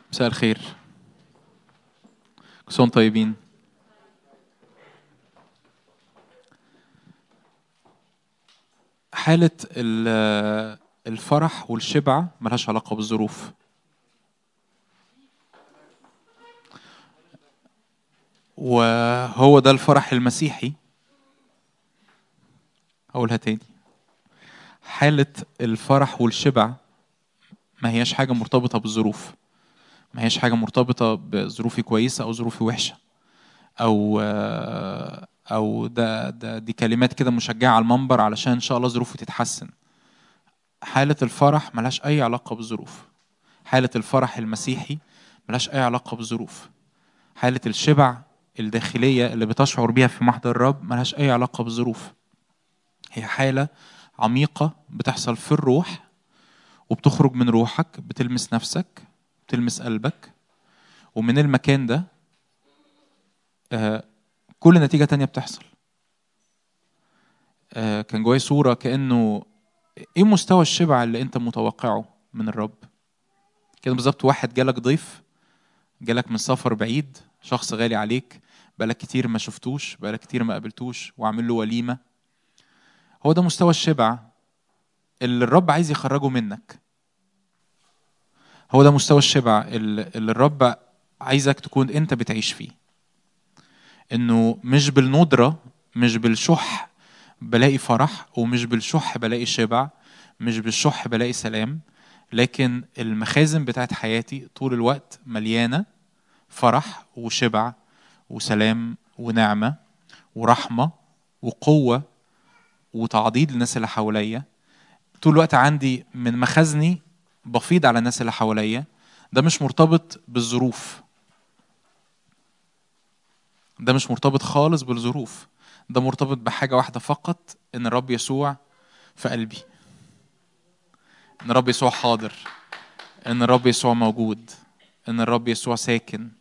مساء الخير. كل سنة وانتم طيبين. حالة الفرح والشبع ملهاش علاقة بالظروف، وهو ده الفرح المسيحي. أقولها تاني، حالة الفرح والشبع ما هياش حاجة مرتبطة بالظروف، ما هياش حاجة مرتبطة بظروفي كويسة أو ظروفي وحشة، أو دي كلمات كده مشجعة على المنبر علشان إن شاء الله ظروفي تتحسن. حالة الفرح ملهاش أي علاقة بالظروف. حالة الفرح المسيحي ملهاش أي علاقة بالظروف. حالة الشبع الداخلية اللي بتشعر بيها في محضر الرب ملهاش أي علاقة بالظروف. هي حالة عميقة بتحصل في الروح، وبتخرج من روحك، بتلمس نفسك، بتلمس قلبك، ومن المكان ده كل نتيجة تانية بتحصل. كان جواي صورة كأنه ايه مستوى الشبع اللي انت متوقعه من الرب. كده بالظبط واحد جالك ضيف، جالك من سفر بعيد، شخص غالي عليك، بقالك كتير ما شفتوش، بقالك كتير ما قابلتوش، وعامل له وليمة. هو ده مستوى الشبع اللي الرب عايز يخرجه منك. هو ده مستوى الشبع اللي الرب عايزك تكون انت بتعيش فيه. انه مش بالندرة، مش بالشح بلاقي فرح، ومش بالشح بلاقي شبع، مش بالشح بلاقي سلام، لكن المخازن بتاعت حياتي طول الوقت مليانة فرح وشبع وسلام ونعمة ورحمة وقوة وتعضيد للناس اللي حواليا. طول الوقت عندي من مخازني بفيض على الناس اللي حواليا. ده مش مرتبط بالظروف، ده مش مرتبط خالص بالظروف. ده مرتبط بحاجة واحدة فقط، إن الرب يسوع في قلبي، إن الرب يسوع حاضر، إن الرب يسوع موجود، إن الرب يسوع ساكن،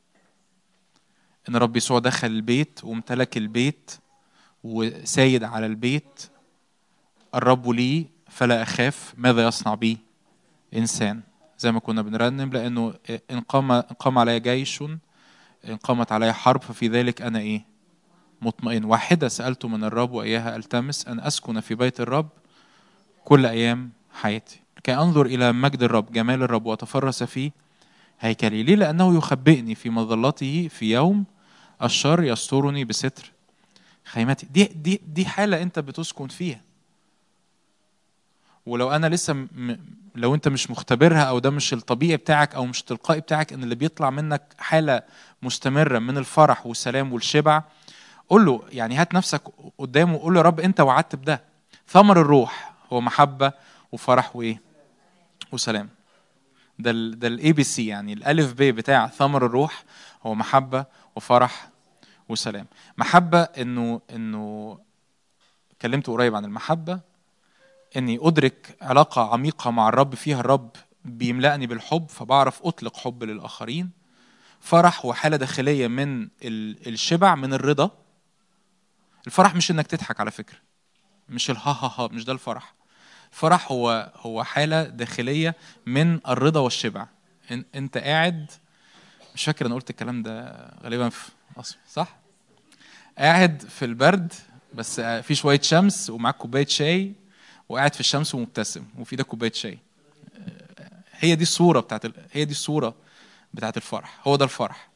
إن الرب يسوع دخل البيت وامتلك البيت وسايد على البيت. الرب لي فلا أخاف ماذا يصنع بي إنسان، زي ما كنا بنرنم، لأنه إن قام علي جيش، إن قامت علي حرب، ففي ذلك أنا إيه؟ مطمئن. واحدة سألت من الرب وإياها ألتمس، أن أسكن في بيت الرب كل أيام حياتي، لكي أنظر إلى مجد الرب، جمال الرب، وأتفرس في هيكلي. ليه؟ لأنه يخبئني في مظلته، في يوم الشر يسترني بستر خيمتي. دي حالة أنت بتسكن فيها. ولو أنا لسه لو أنت مش مختبرها، أو ده مش الطبيعي بتاعك، أو مش تلقائي بتاعك، إن اللي بيطلع منك حالة مستمرة من الفرح والسلام والشبع، قول له، يعني هات نفسك قدامه وقول له: يا رب أنت وعدت بده. ثمر الروح هو محبة وفرح وإيه؟ وسلام. ده الاي بي سي، يعني الالف ب بتاع ثمر الروح هو محبة وفرح وسلام. محبة انه اتكلمت قريب عن المحبة، اني ادرك علاقة عميقة مع الرب فيها الرب بيملأني بالحب، فبعرف اطلق حب للآخرين. فرح وحالة داخلية من الشبع، من الرضا. الفرح مش انك تضحك على فكرة، مش الها ها ها، مش ده الفرح. الفرح هو حالة داخلية من الرضا والشبع. انت قاعد، مش فاكر انا قلت الكلام ده غالبا في مصر، صح؟ قاعد في البرد، بس في شوية شمس، ومعاك كوباية شاي، وقاعد في الشمس ومبتسم، وفي ده كوباية شاي. هي دي الصورة هي دي الصورة بتاعت الفرح. هو ده الفرح.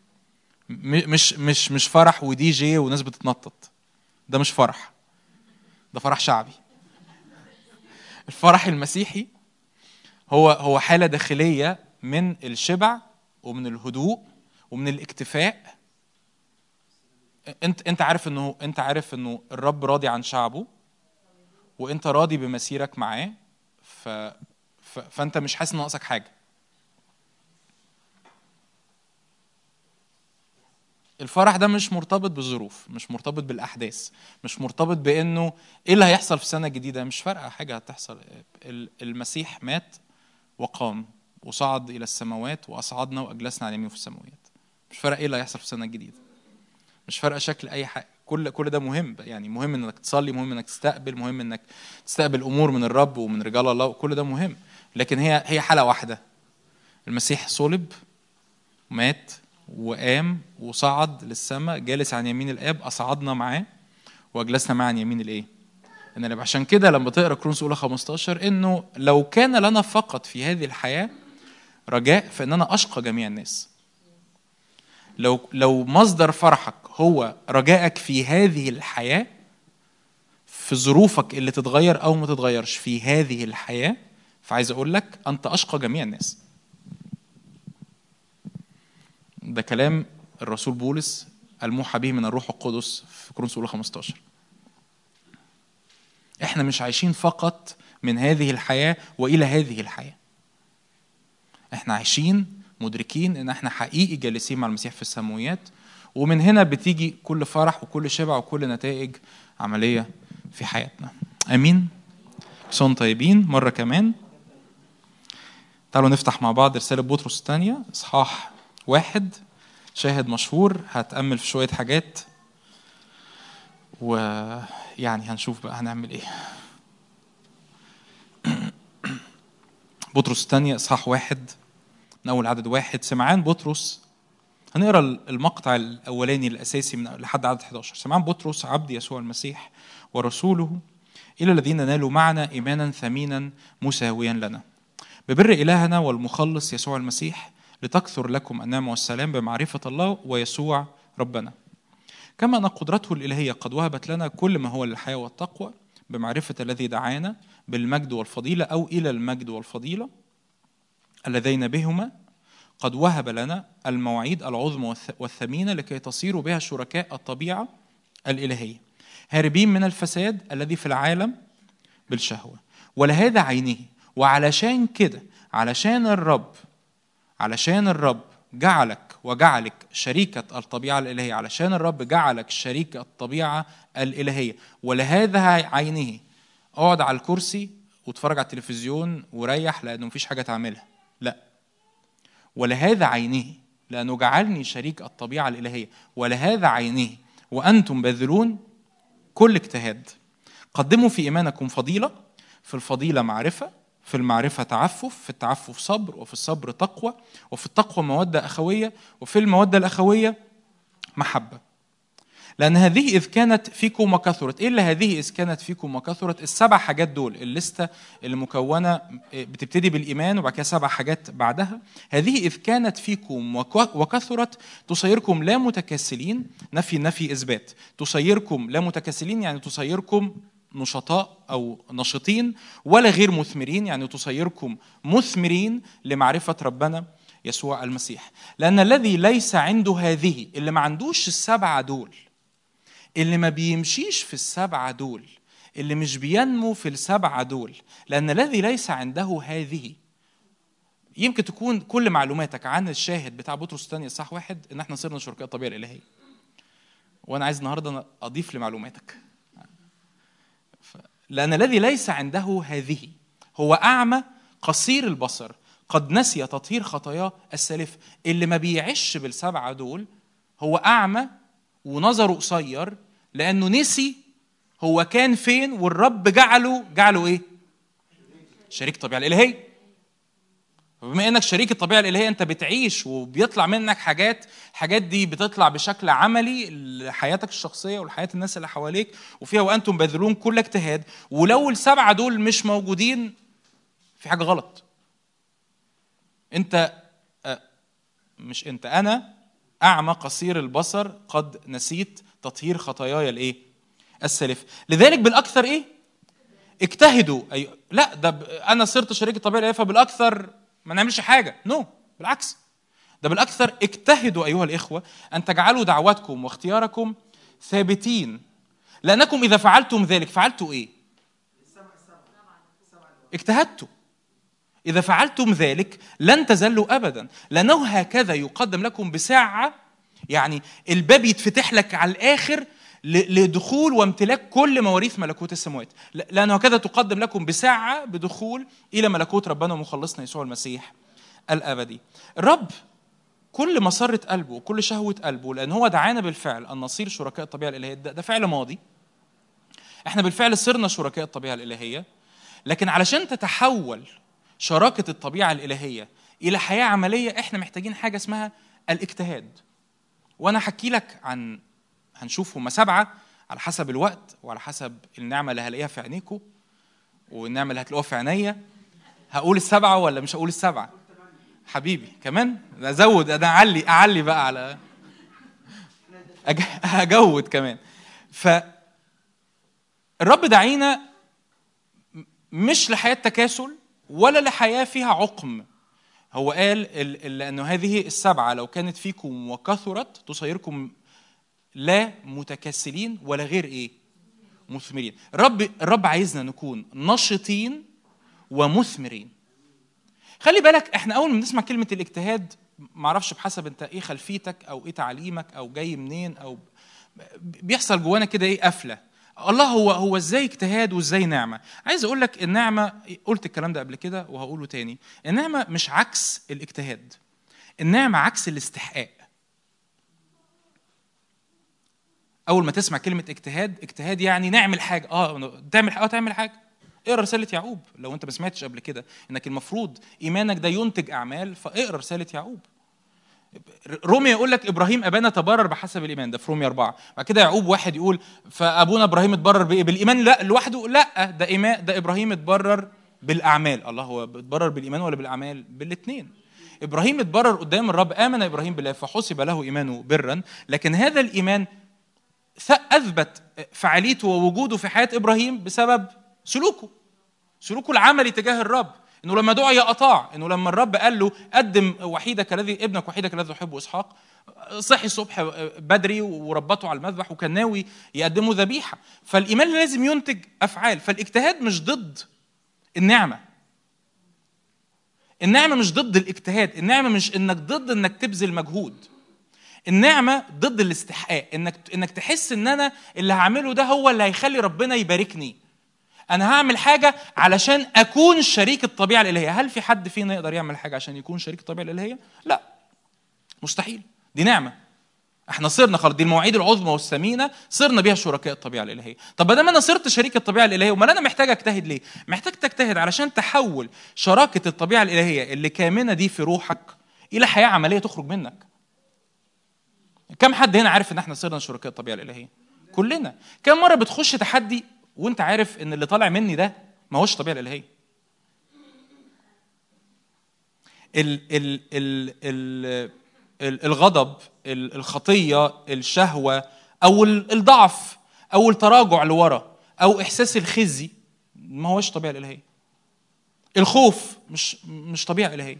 مش فرح ودي جي وناس بتتنطط. ده مش فرح، ده فرح شعبي. الفرح المسيحي هو حالة داخلية من الشبع ومن الهدوء ومن الاكتفاء. انت عارف انه الرب راضي عن شعبه، وانت راضي بمسيرك معاه. فانت مش حاسس ان ناقصك حاجه. الفرح ده مش مرتبط بالظروف، مش مرتبط بالاحداث، مش مرتبط بانه ايه اللي هيحصل في السنه الجديده. مش فارقه حاجه هتحصل. المسيح مات وقام وصعد الى السماوات، واصعدنا واجلسنا على يمينه في السماوات. مش فارقه ايه اللي هيحصل في السنه الجديده، مش فارقه شكل اي حاجه. كل ده مهم. يعني مهم انك تصلي، مهم انك تستقبل، مهم انك تستقبل امور من الرب ومن رجال الله، وكل ده مهم. لكن هي حاله واحده، المسيح صلب مات وقام وصعد للسماء، جالس عن يمين الآب، أصعدنا معاه وأجلسنا معاه عن يمين الإيه؟ إن الآب. عشان كده لما تقرأ كورنثوس الأولى 15 إنه لو كان لنا فقط في هذه الحياة رجاء فإننا أشقى جميع الناس. لو مصدر فرحك هو رجائك في هذه الحياة، في ظروفك اللي تتغير أو ما تتغيرش في هذه الحياة، فعايز أقول لك أنت أشقى جميع الناس. ده كلام الرسول بولس الموحى به من الروح القدس في كورنثوس الأولى 15. احنا مش عايشين فقط من هذه الحياة وإلى هذه الحياة، احنا عايشين مدركين ان احنا حقيقي جالسين مع المسيح في السماويات، ومن هنا بتيجي كل فرح وكل شبع وكل نتائج عملية في حياتنا. امين. كسون طيبين مرة كمان. تعالوا نفتح مع بعض رسالة بطرس الثانية اصحاح 1. شاهد مشهور، هتأمل في شوية حاجات ويعني هنشوف بقى هنعمل ايه. بطرس الثانية اصحاح 1 من أول عدد 1. سمعان بطرس، هنقرأ المقطع الأولاني الأساسي من لحد عدد 11. سمعان بطرس عبد يسوع المسيح ورسوله إلى الذين نالوا معنا إيمانا ثمينا مساويا لنا ببر إلهنا والمخلص يسوع المسيح، لتكثر لكم النعمة والسلام بمعرفة الله ويسوع ربنا، كما أن قدرته الإلهية قد وهبت لنا كل ما هو للحياة والتقوى بمعرفة الذي دعانا بالمجد والفضيلة أو إلى المجد والفضيلة الذين بهما قد وهب لنا المواعيد العظمى والثمينة لكي تصيروا بها شركاء الطبيعة الإلهية، هاربين من الفساد الذي في العالم بالشهوة. ولهذا عينه، وعلشان كده علشان الرب جعلك وجعلك شريكة الطبيعة الإلهية، علشان الرب جعلك شريك الطبيعة الإلهية. ولهذا عينه، اقعد على الكرسي واتفرج على التلفزيون وريح لأنه مفيش حاجة تعملها، لا، ولهذا عينه لأنه جعلني شريك الطبيعة الإلهية. ولهذا عينه وأنتم باذلون كل اجتهاد، قدموا في إيمانكم فضيلة، في الفضيلة معرفة، في المعرفة تعفف، في التعفف صبر، وفي الصبر تقوى، وفي التقوى مودة أخوية، وفي المودة الأخوية محبة. لأن هذه إذ كانت فيكم وكثرت. إيه اللي هذه إذ كانت فيكم وكثرت؟ السبع حاجات دول، الليستة اللي مكونة بتبتدي بالإيمان وبعد كده 7 حاجات بعدها. هذه إذ كانت فيكم وكثرت تصيركم لا متكاسلين، نفي إثبات، تصيركم لا متكاسلين يعني تصيركم نشطاء أو نشطين، ولا غير مثمرين يعني تصيركم مثمرين لمعرفة ربنا يسوع المسيح. لأن الذي ليس عنده هذه، اللي ما عندوش ال7 دول، اللي ما بيمشيش في ال7 دول، اللي مش بينمو في ال7 دول، لأن الذي ليس عنده هذه. يمكن تكون كل معلوماتك عن الشاهد بتاع بطرس الثانية صح 1 إن احنا صرنا شركاء الطبيعة الإلهية، وأنا عايز النهاردة أضيف لمعلوماتك. لأن الذي ليس عنده هذه هو أعمى قصير البصر قد نسي تطهير خطاياه السالفة. اللي ما بيعيش بال7 دول هو أعمى ونظره قصير، لأنه نسي هو كان فين، والرب جعله إيه؟ شريك الطبيعة الإلهية. بما إنك شريك الطبيعة الإلهية أنت بتعيش وبيطلع منك حاجات دي بتطلع بشكل عملي لحياتك الشخصية ولحياة الناس اللي حواليك، وفيها وأنتم باذلون كل اجتهاد. ولو ال7 دول مش موجودين في حاجة غلط. أنا أعمى قصير البصر قد نسيت تطهير خطاياي الإيه؟ السالفة. لذلك بالأكثر إيه؟ اجتهدوا. لا، ده أنا صرت شريك الطبيعة الإلهية فبالأكثر ما نعملش حاجة. بالعكس، ده بالأكثر اجتهدوا أيها الإخوة أن تجعلوا دعواتكم واختياركم ثابتين، لأنكم إذا فعلتم ذلك فعلتوا إيه؟ اجتهدتوا. إذا فعلتم ذلك لن تزلوا أبدا، لأنه هكذا يقدم لكم بساعة، يعني الباب يتفتح لك على الآخر لدخول وامتلاك كل مواريث ملكوت السماوات. لأنه هكذا تقدم لكم بساعة بدخول إلى ملكوت ربنا ومخلصنا يسوع المسيح الأبدي. الرب كل مسرة قلبه وكل شهوة قلبه، لأن هو دعانا بالفعل أن نصير شركاء الطبيعة الإلهية. ده فعل ماضي، احنا بالفعل صرنا شركاء الطبيعة الإلهية. لكن علشان تتحول شراكة الطبيعة الإلهية الى حياه عمليه احنا محتاجين حاجه اسمها الاجتهاد. وانا هحكي لك عن، هنشوف هما 7 على حسب الوقت وعلى حسب النعمه اللي هلاقيها في عينيكم والنعمه اللي هتلاقوها في عينيا. هقول ال7 ولا مش هقول ال7 حبيبي؟ كمان ازود، انا اعلي بقى على اجود كمان. فالرب دعينا مش لحياه تكاسل ولا لحياه فيها عقم. هو قال لانه هذه ال7 لو كانت فيكم وكثرت تصيركم لا متكاسلين ولا غير ايه؟ مثمرين. الرب عايزنا نكون نشطين ومثمرين. خلي بالك احنا اول ما بنسمع كلمه الاجتهاد، معرفش بحسب انت ايه خلفيتك او ايه تعليمك او جاي منين، او بيحصل جوانا كده ايه قفله. الله هو ازاي اجتهاد وازاي نعمه؟ عايز اقول لك النعمه، قلت الكلام ده قبل كده وهقوله تاني، النعمه مش عكس الاجتهاد، النعمه عكس الاستحقاق. اول ما تسمع كلمه اجتهاد يعني نعمل حاجه، تعمل حاجه. اقرا رساله يعقوب لو انت ما سمعتش قبل كده انك المفروض ايمانك ده ينتج اعمال، فاقرا رساله يعقوب. روميا يقول لك ابراهيم ابانا تبرر بحسب الايمان، ده في روميا 4. بعد كده يعقوب 1 يقول فابونا ابراهيم اتبرر بايه؟ بالايمان لا لوحده، لا ده ايمان، ده ابراهيم اتبرر بالاعمال. الله هو اتبرر بالايمان ولا بالاعمال؟ بالاثنين. ابراهيم اتبرر قدام الرب، امن ابراهيم بالله فحسب له ايمانه برا، لكن هذا الايمان اثبت فعاليته ووجوده في حياه ابراهيم بسبب سلوكه العملي تجاه الرب. انه لما دعي اطاع، انه لما الرب قال له قدم ابنك وحيدك الذي تحبه اسحاق، صحي الصبح بدري وربطه على المذبح وكان ناوي يقدمه ذبيحه. فالايمان لازم ينتج افعال. فالاجتهاد مش ضد النعمه، النعمه مش ضد الاجتهاد، النعمه مش انك ضد انك تبذل مجهود، النعمه ضد الاستحقاق، انك تحس ان انا اللي هعمله ده هو اللي هيخلي ربنا يباركني. أنا هعمل حاجة علشان أكون شريك الطبيعة الإلهية. هل في حد فينا يقدر يعمل حاجة عشان يكون شريك الطبيعة الإلهية؟ لا، مستحيل. دي نعمة، احنا صرنا خلاص، دي المواعيد العظمى والثمينة صرنا بيها شركاء الطبيعة الإلهية. طب ما دام أنا صرت شريك الطبيعة الإلهية، وما أنا محتاج أجتهد ليه؟ محتاج تجتهد علشان تحول شراكة الطبيعة الإلهية اللي كامنة دي في روحك إلى حياة عملية تخرج منك. كم حد هنا عارف إن احنا صرنا شركاء الطبيعة الإلهية؟ كلنا. كم مرة بتخش تحدي وانت عارف ان اللي طالع مني ده ما هوش طبيعة الإلهية؟ الغضب، الخطية، الشهوة او الضعف او التراجع لورا او احساس الخزي ما هوش طبيعة الإلهية. الخوف مش طبيعة إلهية.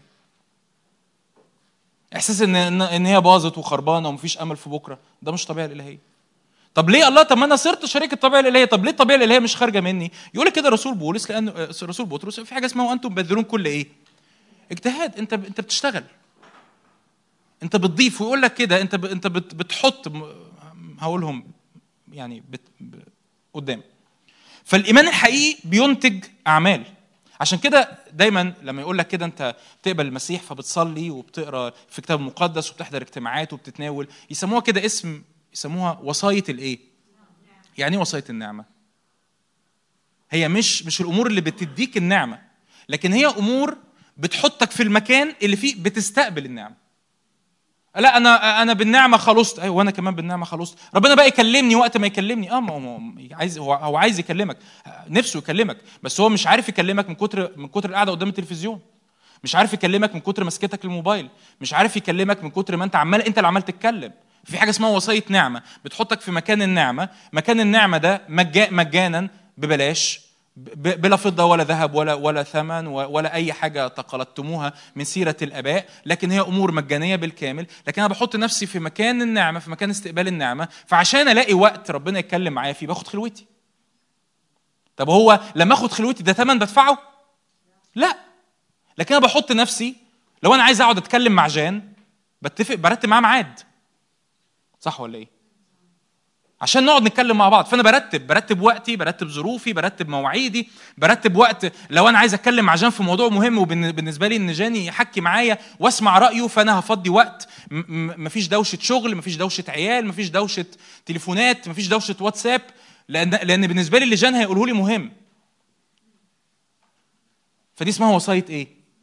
احساس ان هي باظت وخربانة ومفيش امل في بكرة، ده مش طبيعة الإلهية. طب ليه الله؟ طب ما انا صرت شريك الطبيعه الالهيه، طب ليه الطبيعه الالهيه مش خارجه مني؟ يقول كده رسول بولس، لان رسول بطرس في حاجه اسمها وانتم بذلون كل ايه؟ اجتهاد. انت بتشتغل، انت بتضيف. ويقول لك كده انت بتحط، هقولهم يعني قدام. فالايمان الحقيقي بينتج اعمال. عشان كده دايما لما يقول لك كده انت تقبل المسيح فبتصلي وبتقرا في كتاب مقدس وبتحضر اجتماعات وبتتناول، يسموها كده اسم، يسموها وصاية الايه؟ يعني وصاية النعمة. هي مش الامور اللي بتديك النعمة، لكن هي امور بتحطك في المكان اللي فيه بتستقبل النعمة. لا انا بالنعمة خلصت، ايوه وانا كمان بالنعمة خلصت. ربنا بقى يكلمني وقت ما يكلمني، عايز، هو عايز يكلمك، نفسه يكلمك، بس هو مش عارف يكلمك من كتر القعدة قدام التلفزيون، مش عارف يكلمك من كتر مسكتك للموبايل، مش عارف يكلمك من كتر ما انت اللي عمال تتكلم. في حاجة اسمها وصاية نعمة بتحطك في مكان النعمة. مكان النعمة ده مجانا ببلاش، بلا فضة ولا ذهب ولا ثمن ولا أي حاجة تقلدتموها من سيرة الآباء، لكن هي أمور مجانية بالكامل. لكن أنا بحط نفسي في مكان النعمة، في مكان استقبال النعمة، فعشان ألاقي وقت ربنا يتكلم معايا فيه باخد خلوتي. طب هو لما أخد خلوتي ده ثمن بدفعه؟ لا، لكن أنا بحط نفسي، لو أنا عايز أقعد أتكلم مع جان برتب معاه ميعاد، صح ولا إيه؟ عشان نقعد نتكلم مع بعض. فانا برتب وقتي، برتب ظروفي، برتب مواعيدي، برتب وقت. لو انا عايز اتكلم مع جان في موضوع مهم وبالنسبه لي ان جاني يحكي معايا واسمع رايه، فانا هفضي وقت. مفيش دوشه شغل، مفيش دوشه عيال، مفيش دوشه تليفونات، مفيش دوشه واتساب، لان بالنسبه لي اللي جان هيقوله لي مهم. فدي اسمها وصايه ايه؟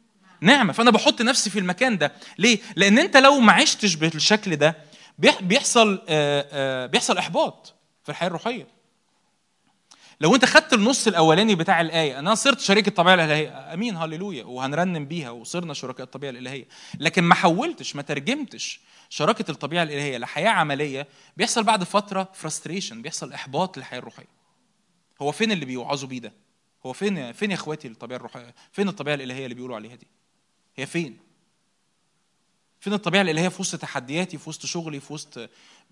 نعمة. فأنا بحط نفسي في المكان ده ليه؟ لأن أنت لو ما عشتش بالشكل ده بيحصل إحباط في الحياة الروحية. لو أنت خدت النص الأولاني بتاع الآية، أنا صرت شريك الطبيعة الإلهية، أمين هاليلويا، وهنرنم بيها وصرنا شركاء الطبيعة الإلهية، لكن ما حولتش، ما ترجمتش شراكة الطبيعة الإلهية لحياة عملية، بيحصل بعد فترة فرستريشن، بيحصل إحباط للحياة الروحية. هو فين اللي بيوعظوا بيه ده؟ هو فين يا إخواتي الطبيعة الروحية؟ فين الطبيعة الإلهية اللي بيقولوا عليها دي؟ هي فين الطبيعة الإلهية في وسط تحدياتي، في وسط شغلي، في وسط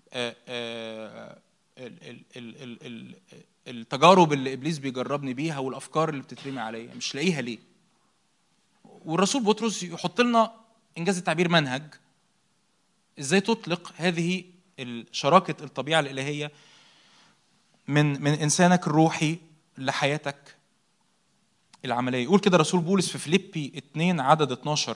التجارب اللي إبليس بيجربني بيها والأفكار اللي بتترمي عليا؟ مش لاقيها ليه؟ والرسول بطرس يحط لنا إنجاز التعبير منهج إزاي تطلق هذه شراكة الطبيعة الإلهية من إنسانك الروحي لحياتك العملية. يقول كده رسول بولس في فيليبي 2 عدد 12: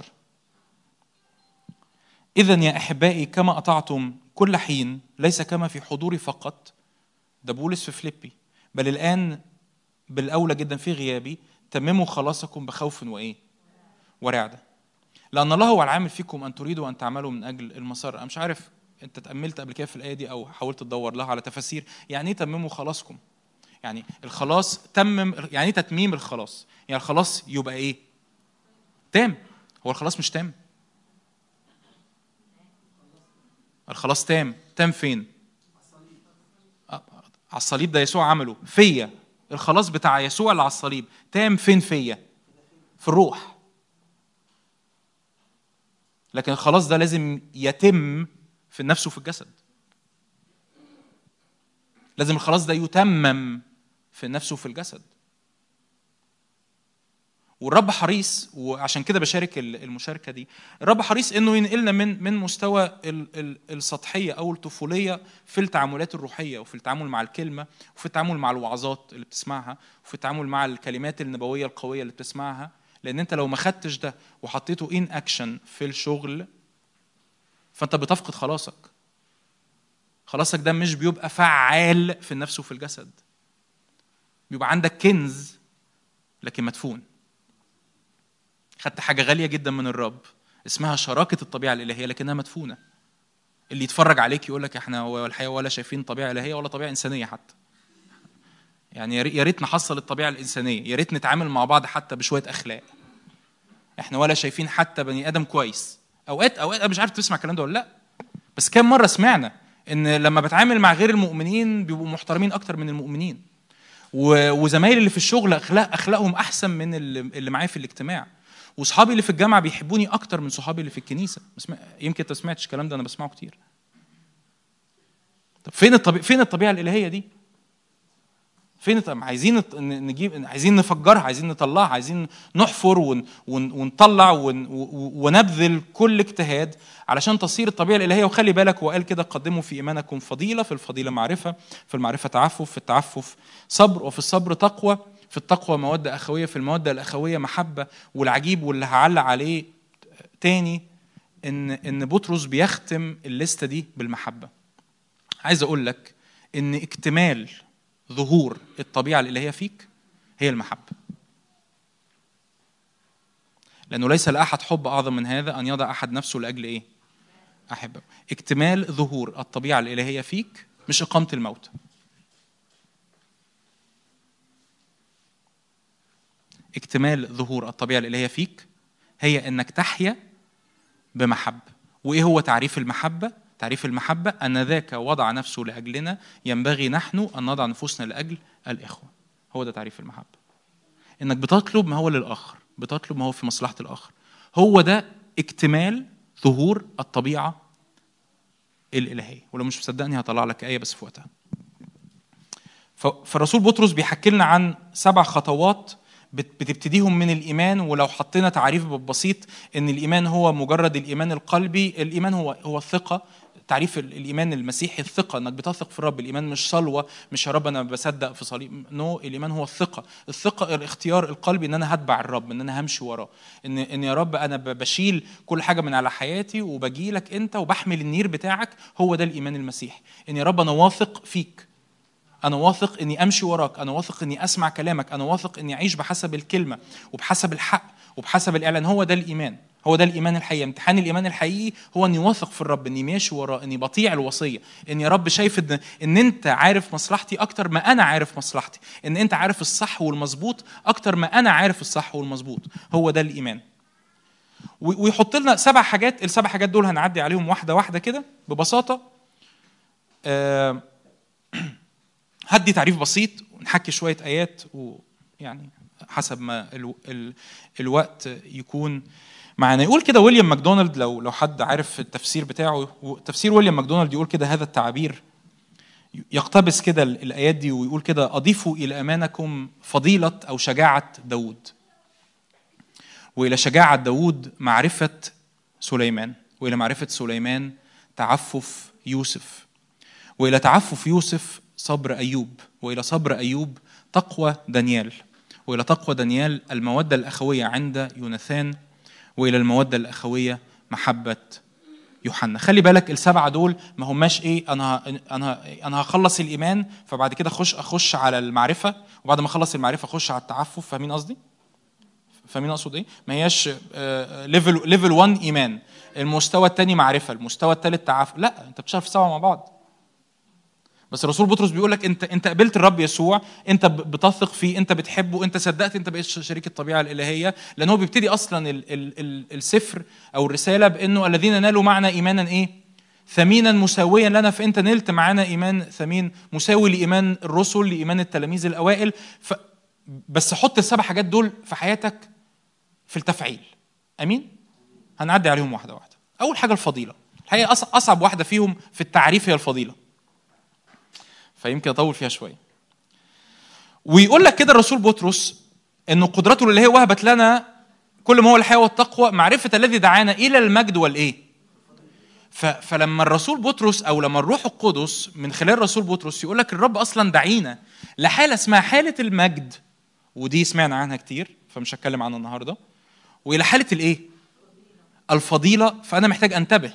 إذن يا أحبائي كما أطعتم كل حين، ليس كما في حضوري فقط، ده بولس في فيليبي، بل الآن بالأولى جدا في غيابي، تمموا خلاصكم بخوف ورعدة، لأن الله هو العامل فيكم أن تريدوا أن تعملوا من أجل المسار. أنا مش عارف أنت تأملت قبل كده في الآية دي أو حاولت تدور لها على تفاسير. يعني إيه تمموا خلاصكم؟ يعني الخلاص تمم، يعني إيه تتميم الخلاص؟ يعني الخلاص يبقى إيه؟ تام. هو الخلاص مش تام؟ الخلاص تام فين؟ على الصليب، ده يسوع عمله فيا. الخلاص بتاع يسوع اللي على الصليب تام فين؟ فيا، في الروح. لكن الخلاص ده لازم يتم في النفس وفي الجسد. لازم الخلاص ده يتمم في النفس وفي الجسد. والرب حريص، وعشان كده بشارك المشاركة دي، الرب حريص انه ينقلنا من مستوى السطحية او الطفولية في التعاملات الروحية، وفي التعامل مع الكلمة، وفي التعامل مع الوعظات اللي بتسمعها، وفي التعامل مع الكلمات النبوية القوية اللي بتسمعها. لان انت لو ما خدتش ده وحطيته ان اكشن في الشغل، فانت بتفقد خلاصك. خلاصك ده مش بيبقى فعال في النفس وفي الجسد، بيبقى عندك كنز لكن مدفون. خدت حاجة غالية جدا من الرب اسمها شراكة الطبيعة الإلهية لكنها مدفونة. اللي يتفرج عليك يقول لك احنا الحقيقة ولا شايفين طبيعة إلهية ولا طبيعة إنسانية حتى. يعني يا ريت نحصل الطبيعة الإنسانية، يا ريت نتعامل مع بعض حتى بشوية أخلاق. احنا ولا شايفين حتى بني آدم كويس. أوقات أنا مش عارف تسمع الكلام ده ولا لا، بس كم مرة سمعنا إن لما بتعامل مع غير المؤمنين بيبقوا محترمين أكتر من المؤمنين، وزمايلي اللي في الشغل أخلاقهم أحسن من اللي معايا في الاجتماع، وصحابي اللي في الجامعة بيحبوني أكتر من صحابي اللي في الكنيسة. يمكن أنت سمعتش الكلام ده، أنا بسمعه كتير. طب فين الطبيعة الإلهية دي؟ فين؟ عايزين نفجرها، عايزين نطلعها، عايزين نحفر ونطلع ونبذل كل اجتهاد علشان تصير الطبيعة الإلهية. وخلي بالك، وقال كده: قدموا في إيمانكم فضيلة، في الفضيلة معرفة، في المعرفة تعفف، في التعفف صبر، وفي الصبر تقوى، في التقوى مودة أخوية، في المودة الأخوية محبة. والعجيب واللي هعلق عليه تاني إن بطرس بيختم الليستة دي بالمحبة. عايز أقول لك إن اكتمال ظهور الطبيعة الإلهية فيك هي المحبة، لأنه ليس لأحد حب أعظم من هذا أن يضع أحد نفسه لأجل إيه؟ أحبه. اكتمال ظهور الطبيعة الإلهية فيك مش إقامة الموت. اكتمال ظهور الطبيعة الإلهية فيك هي أنك تحيا بمحبة. وإيه هو تعريف المحبة؟ تعريف المحبة أن ذاك وضع نفسه لأجلنا، ينبغي نحن أن نضع نفوسنا لأجل الإخوة. هو ده تعريف المحبة، إنك بتطلب ما هو للآخر، بتطلب ما هو في مصلحة الآخر. هو ده اكتمال ظهور الطبيعة الإلهية. ولو مش مصدقني هطلع لك آية بس في وقتها. فالرسول بطرس بيحكي لنا عن 7 خطوات بتبتديهم من الإيمان. ولو حطينا تعريف بسيط إن الإيمان هو مجرد الإيمان القلبي، الإيمان هو الثقة. تعريف الإيمان المسيحي الثقة، إنك بتثق في الرب. الإيمان مش صلوة، مش يا رب أنا بصدق في صليب، الإيمان هو الثقة الاختيار القلبي إن أنا هتبع الرب، إن أنا همشي وراه، إن يا رب أنا بشيل كل حاجة من على حياتي وبجي لك أنت وبحمل النير بتاعك. هو ده الإيمان المسيحي، إن يا رب أنا واثق فيك. أنا واثق إني أمشي وراك، أنا واثق إني أسمع كلامك، أنا واثق إني أعيش بحسب الكلمة وبحسب الحق وبحسب الإعلان. هو ده الإيمان، هو ده الإيمان الحقيقي. امتحان الإيمان الحقيقي هو إني واثق في الرب، إني ماشي وراه، إني بطيع الوصية، إني يا رب شايف إن أنت عارف مصلحتي أكتر ما أنا عارف مصلحتي، إن أنت عارف الصح والمظبوط أكتر ما أنا عارف الصح والمظبوط. هو ده الإيمان. ويحط لنا 7 حاجات. ال7 حاجات دول هنعدي عليهم واحدة واحدة كده ببساطة. هدي تعريف بسيط ونحكي شوية آيات، ويعني حسب ما الوقت يكون معنا. يقول كده ويليام ماكدونالد، لو حد عارف التفسير بتاعه، تفسير ويليام ماكدونالد يقول كده هذا التعبير، يقتبس كده الآيات دي ويقول كده: أضيفوا إلى إيمانكم فضيلة أو شجاعة داود، وإلى شجاعة داود معرفة سليمان، وإلى معرفة سليمان تعفف يوسف، وإلى تعفف يوسف صبر أيوب، وإلى صبر أيوب تقوى دانيال، وإلى تقوى دانيال المودة الأخوية عند يوناثان، وإلى المودة الأخوية محبة يوحنا. خلي بالك ال7 دول ما هماش إيه أنا هخلص الإيمان فبعد كده أخش على المعرفة، وبعد ما أخلص المعرفة أخش على التعفف. فاهمين قصدي؟ فاهمين أقصد إيه؟ ما هياش ليفل 1 إيمان، المستوى الثاني معرفة، المستوى الثالث تعفف. لا، أنت بتشتغل في 7 مع بعض. بس الرسول بطرس بيقول لك انت قبلت الرب يسوع، انت بتثق فيه، انت بتحبه، انت صدقت، انت بقيت شريك الطبيعه الالهيه. لان هو بيبتدي اصلا السفر او الرساله بانه الذين نالوا معنا ايمانا ايه؟ ثمينا مساويا لنا. فانت نلت معنا ايمان ثمين مساوي لايمان الرسل، لايمان التلاميذ الاوائل. بس حط ال7 حاجات دول في حياتك في التفعيل. امين. هنعدي عليهم واحده واحده. اول حاجه الفضيله. الحقيقه اصعب واحده فيهم في التعريف هي الفضيله، فيمكن اطول فيها شويه. ويقول لك كده الرسول بطرس انه قدرته الالهيه وهبت لنا كل ما هو الحياه والتقوى، معرفه الذي دعانا الى المجد والايه. فلما الرسول بطرس او لما الروح القدس من خلال الرسول بطرس يقول لك الرب اصلا دعينا لحاله اسمها حاله المجد، ودي سمعنا عنها كتير فمش هتكلم عنها النهارده، والى حاله الايه؟ الفضيله. فانا محتاج انتبه.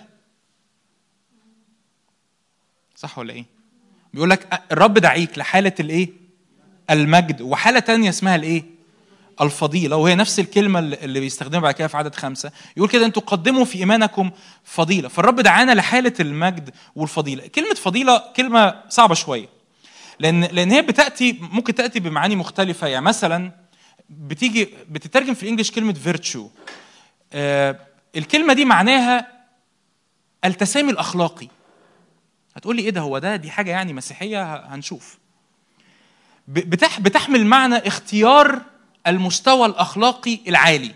صح ولا ايه؟ بيقول لك الرب دعيك لحالة الايه؟ المجد، وحالة تانية اسمها الايه؟ الفضيلة، وهي نفس الكلمة اللي بيستخدمها بعد كده في عدد 5. يقول كده انتوا قدموا في إيمانكم فضيلة. فالرب دعانا لحالة المجد والفضيلة. كلمة فضيلة كلمة صعبة شوية، لأن هي ممكن تأتي بمعاني مختلفة. يعني مثلا بتترجم في الإنجليش كلمة virtue. الكلمة دي معناها التسامي الأخلاقي. هتقول لي ايه ده؟ هو دي حاجه يعني مسيحيه؟ هنشوف. بتحمل معنى اختيار المستوى الاخلاقي العالي.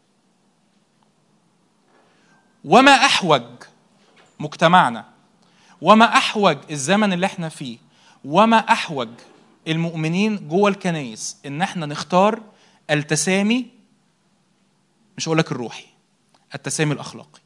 وما احوج مجتمعنا، وما احوج الزمن اللي احنا فيه، وما احوج المؤمنين جوه الكنائس ان احنا نختار التسامي، مش هقول لك الروحي، التسامي الاخلاقي.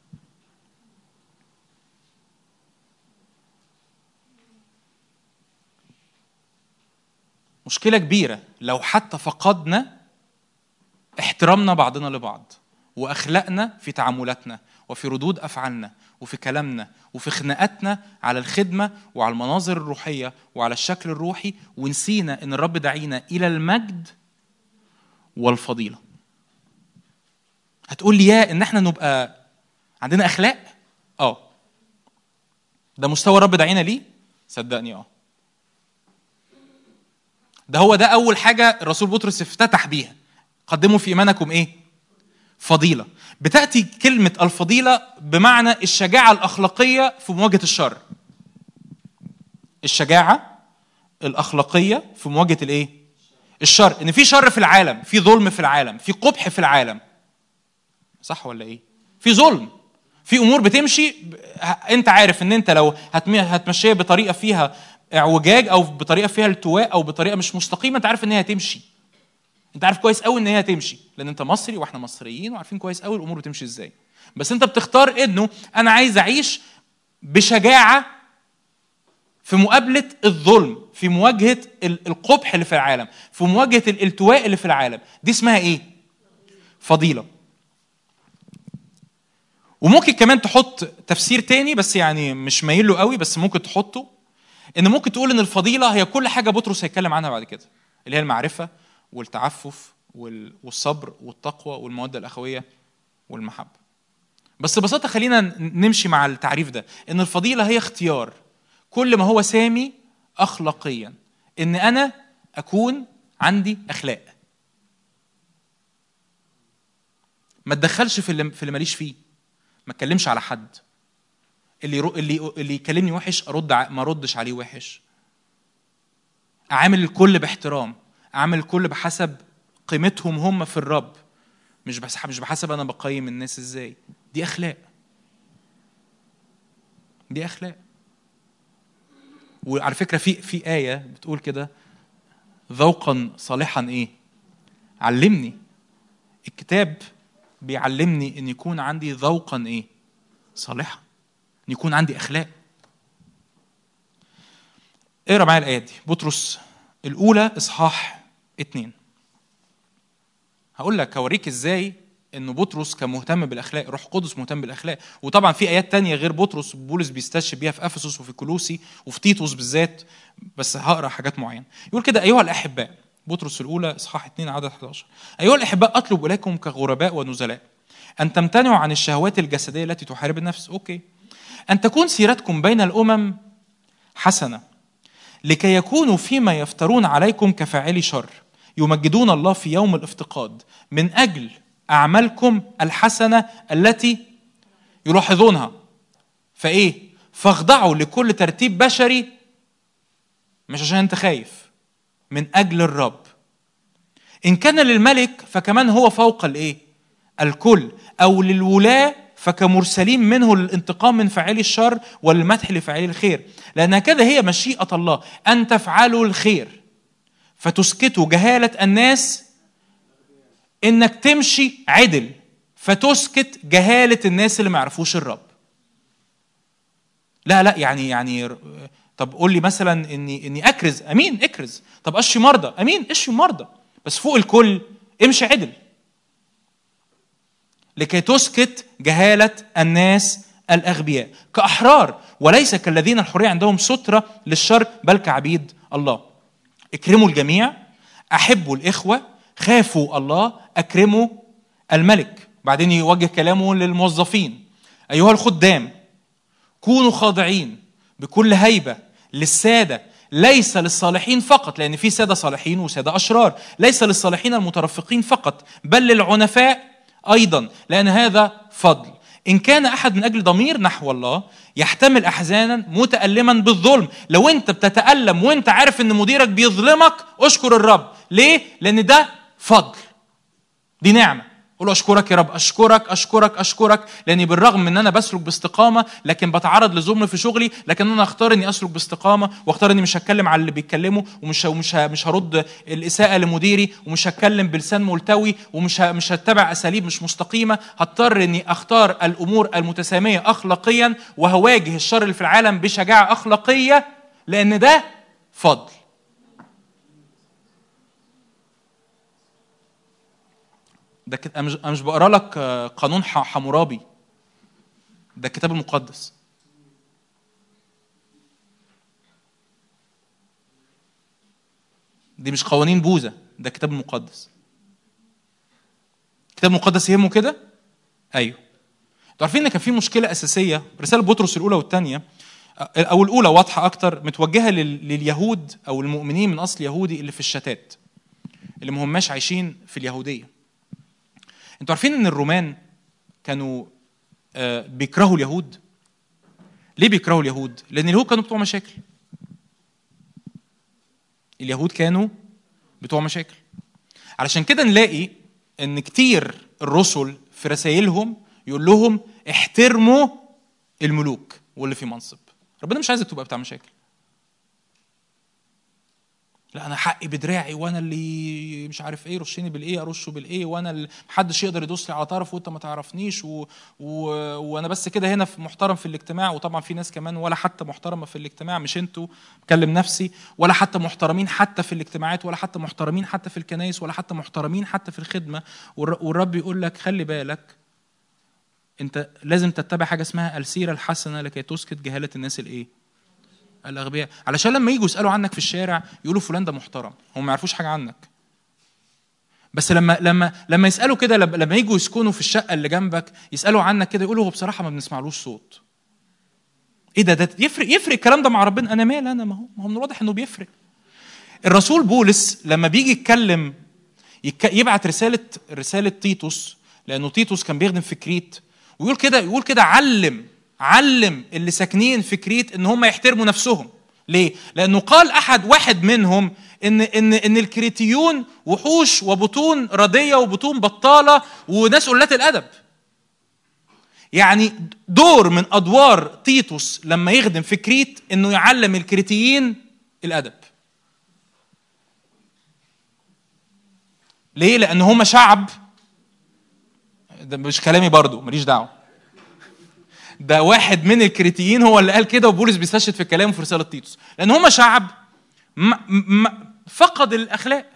مشكلة كبيرة لو حتى فقدنا احترامنا بعضنا لبعض، وأخلاقنا في تعاملاتنا وفي ردود أفعالنا وفي كلامنا وفي خناقاتنا على الخدمة وعلى المناظر الروحية وعلى الشكل الروحي، ونسينا إن الرب دعينا إلى المجد والفضيلة. هتقول لي يا إن احنا نبقى عندنا أخلاق؟ ده مستوى الرب دعينا ليه؟ صدقني ده أول حاجة الرسول بطرس افتتح بيها. قدموا في إيمانكم إيه؟ فضيلة. بتأتي كلمة الفضيلة بمعنى الشجاعة الأخلاقية في مواجهة الشر. الشجاعة الأخلاقية في مواجهة الإيه؟ الشر. إن في شر في العالم، في ظلم في العالم، في قبح في العالم. صح ولا إيه؟ في ظلم، في أمور بتمشي. أنت عارف إن أنت لو هتمشيها بطريقة فيها اعوجاج او بطريقه فيها التواء او بطريقه مش مستقيمه، انت عارف ان هي هتمشي. انت عارف كويس قوي ان هي هتمشي، لان انت مصري واحنا مصريين وعارفين كويس قوي الامور بتمشي ازاي. بس انت بتختار انه انا عايز اعيش بشجاعه في مقابله الظلم، في مواجهه القبح اللي في العالم، في مواجهه الالتواء اللي في العالم. دي اسمها ايه؟ فضيله. وممكن كمان تحط تفسير تاني، بس يعني مش مايل له قوي، بس ممكن تحطه، ان ممكن تقول ان الفضيله هي كل حاجه بطرس هيتكلم عنها بعد كده، اللي هي المعرفه والتعفف والصبر والتقوى والموده الاخويه والمحبه. بس ببساطه خلينا نمشي مع التعريف ده، ان الفضيله هي اختيار كل ما هو سامي اخلاقيا، ان انا اكون عندي اخلاق، ما اتدخلش في اللي ماليش فيه، ما اتكلمش على حد، اللي يكلمني وحش ما اردش عليه وحش، اعامل الكل باحترام، اعامل الكل بحسب قيمتهم هم في الرب، مش بحسب انا بقيم الناس ازاي. دي اخلاق، دي اخلاق. وعلى فكره في ايه بتقول كده: ذوقا صالحا ايه؟ علمني. الكتاب بيعلمني ان يكون عندي ذوقا ايه؟ صالحا، ان يكون عندي اخلاق. اقرا معايا الايه دي، بطرس الاولى اصحاح 2. هقول لك هوريك ازاي انه بطرس كان مهتم بالاخلاق، روح قدس مهتم بالاخلاق. وطبعا في ايات تانية غير بطرس بولس بيستشهد بيها في افسس وفي كولوسي وفي تيتوس بالذات، بس هقرا حاجات معينه. يقول كده: ايها الاحباء، بطرس الاولى اصحاح 2 عدد 11: ايها الاحباء، اطلب اليكم كغرباء ونزلاء ان تمتنعوا عن الشهوات الجسديه التي تحارب النفس. اوكي. ان تكون سيرتكم بين الامم حسنه، لكي يكونوا فيما يفترون عليكم كفاعلي شر يمجدون الله في يوم الافتقاد من أجل أعمالكم الحسنة التي يلاحظونها. فإيه؟ فاخضعوا لكل ترتيب بشري، مش عشان أنت خايف، من أجل الرب. إن كان للملك فكمان هو فوق الإيه؟ الكل، أو للولاة فكمرسلين منه للانتقام من فاعلي الشر والمدح لفاعلي الخير، لأن هكذا هي مشيئة الله أن تفعلوا الخير فتسكتوا جهالة الناس، إنك تمشي عدل فتسكت جهالة الناس اللي ما يعرفوش الرب. لا يعني طب قول لي مثلا إني أكرز، أمين أكرز. طب أشفي مرضى، أمين أشفي مرضى، بس فوق الكل امشي عدل لكي تسكت جهالة الناس الأغبياء كأحرار، وليس كالذين الحرية عندهم سترة للشر بل كعبيد الله. اكرموا الجميع، أحبوا الإخوة، خافوا الله، أكرموا الملك. بعدين يوجه كلامه للموظفين: أيها الخدام كونوا خاضعين بكل هيبة للسادة، ليس للصالحين فقط، لأن في سادة صالحين وسادة أشرار، ليس للصالحين المترفقين فقط بل للعنفاء أيضا، لأن هذا فضل. إن كان أحد من أجل ضمير نحو الله يحتمل أحزانا متألما بالظلم. لو أنت بتتألم وأنت عارف أن مديرك بيظلمك، أشكر الرب. ليه؟ لأن ده فضل، دي نعمة. قولوا: أشكرك يا رب، أشكرك أشكرك أشكرك، لأني بالرغم من أن أنا بسلك باستقامة لكن بتعرض لظلم في شغلي، لكن أنا أختار أني أسلك باستقامة، وأختار أني مش هتكلم على اللي بيتكلموا، ومش هرد الإساءة لمديري، ومش هتكلم بلسان ملتوي، ومش هتبع أساليب مش مستقيمة. هضطر أني أختار الأمور المتسامية أخلاقيا، وهواجه الشر اللي في العالم بشجاعة أخلاقية، لأن ده فضل. ده أنا مش بقرأ لك قانون حمورابي، ده الكتاب المقدس. دي مش قوانين بوذا، ده الكتاب المقدس. الكتاب المقدس يهمه كده؟ أيوه. تعرفين إن كان في مشكلة أساسية رسالة بطرس الأولى والثانية، أو الأولى واضحة أكتر، متوجهة لليهود أو المؤمنين من أصل يهودي اللي في الشتات، اللي مهماش عايشين في اليهودية. انتوا عارفين ان الرومان كانوا بيكرهوا اليهود؟ ليه بيكرهوا اليهود؟ لان اليهود كانوا بتوع مشاكل. اليهود كانوا بتوع مشاكل. علشان كده نلاقي ان كتير الرسل في رسائلهم يقول لهم: احترموا الملوك واللي في منصب. ربنا مش عايزك تبقى بتاع مشاكل. لا انا حقي بدراعي، وانا اللي مش عارف ايه، رشيني بالايه ارشه بالايه، وانا اللي محدش يقدر يدوس لي على طرف وانت ما تعرفنيش، وانا بس كده هنا محترم في الاجتماع. وطبعا في ناس كمان ولا حتى محترمه في الاجتماع، مش انتوا، بكلم نفسي، ولا حتى محترمين حتى في الاجتماعات، ولا حتى محترمين حتى في الكنائس، ولا حتى محترمين حتى في الخدمه. والرب يقول لك: خلي بالك، انت لازم تتبع حاجه اسمها السيره الحسنه لكي تسكت جهاله الناس الايه الاغبياء، علشان لما يجوا يسالوا عنك في الشارع يقولوا فلان ده محترم، هم ما يعرفوش حاجه عنك. بس لما يسالوا كده، لما يجوا يسكنوا في الشقه اللي جنبك يسالوا عنك كده، يقولوا هو بصراحه ما بنسمعلوش صوت. ايه ده يفرق الكلام ده مع ربنا؟ انا مال انا، ما هو من الواضح انه بيفرق. الرسول بولس لما بيجي يتكلم يبعت رساله تيتوس، لانه تيتوس كان بيخدم في كريت، ويقول كده علم اللي ساكنين في كريت ان هم يحترموا نفسهم. ليه؟ لانه قال واحد منهم ان الكريتيون وحوش وبطون رديه وبطون بطاله وناس قلات الادب. يعني دور من ادوار تيتوس لما يخدم في كريت انه يعلم الكريتيين الادب. ليه؟ لان هم شعب، ده مش كلامي برضو، ماليش دعوه، ده واحد من الكريتيين هو اللي قال كده، وبولس بيستشهد في كلامه في رساله تيتوس، لان هم شعب فقد الاخلاق.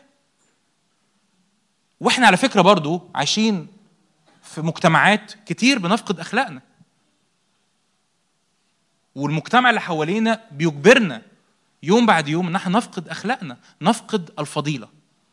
واحنا على فكره برضو عايشين في مجتمعات كتير بنفقد اخلاقنا، والمجتمع اللي حوالينا بيجبرنا يوم بعد يوم ان احنا نفقد اخلاقنا، نفقد الفضيله.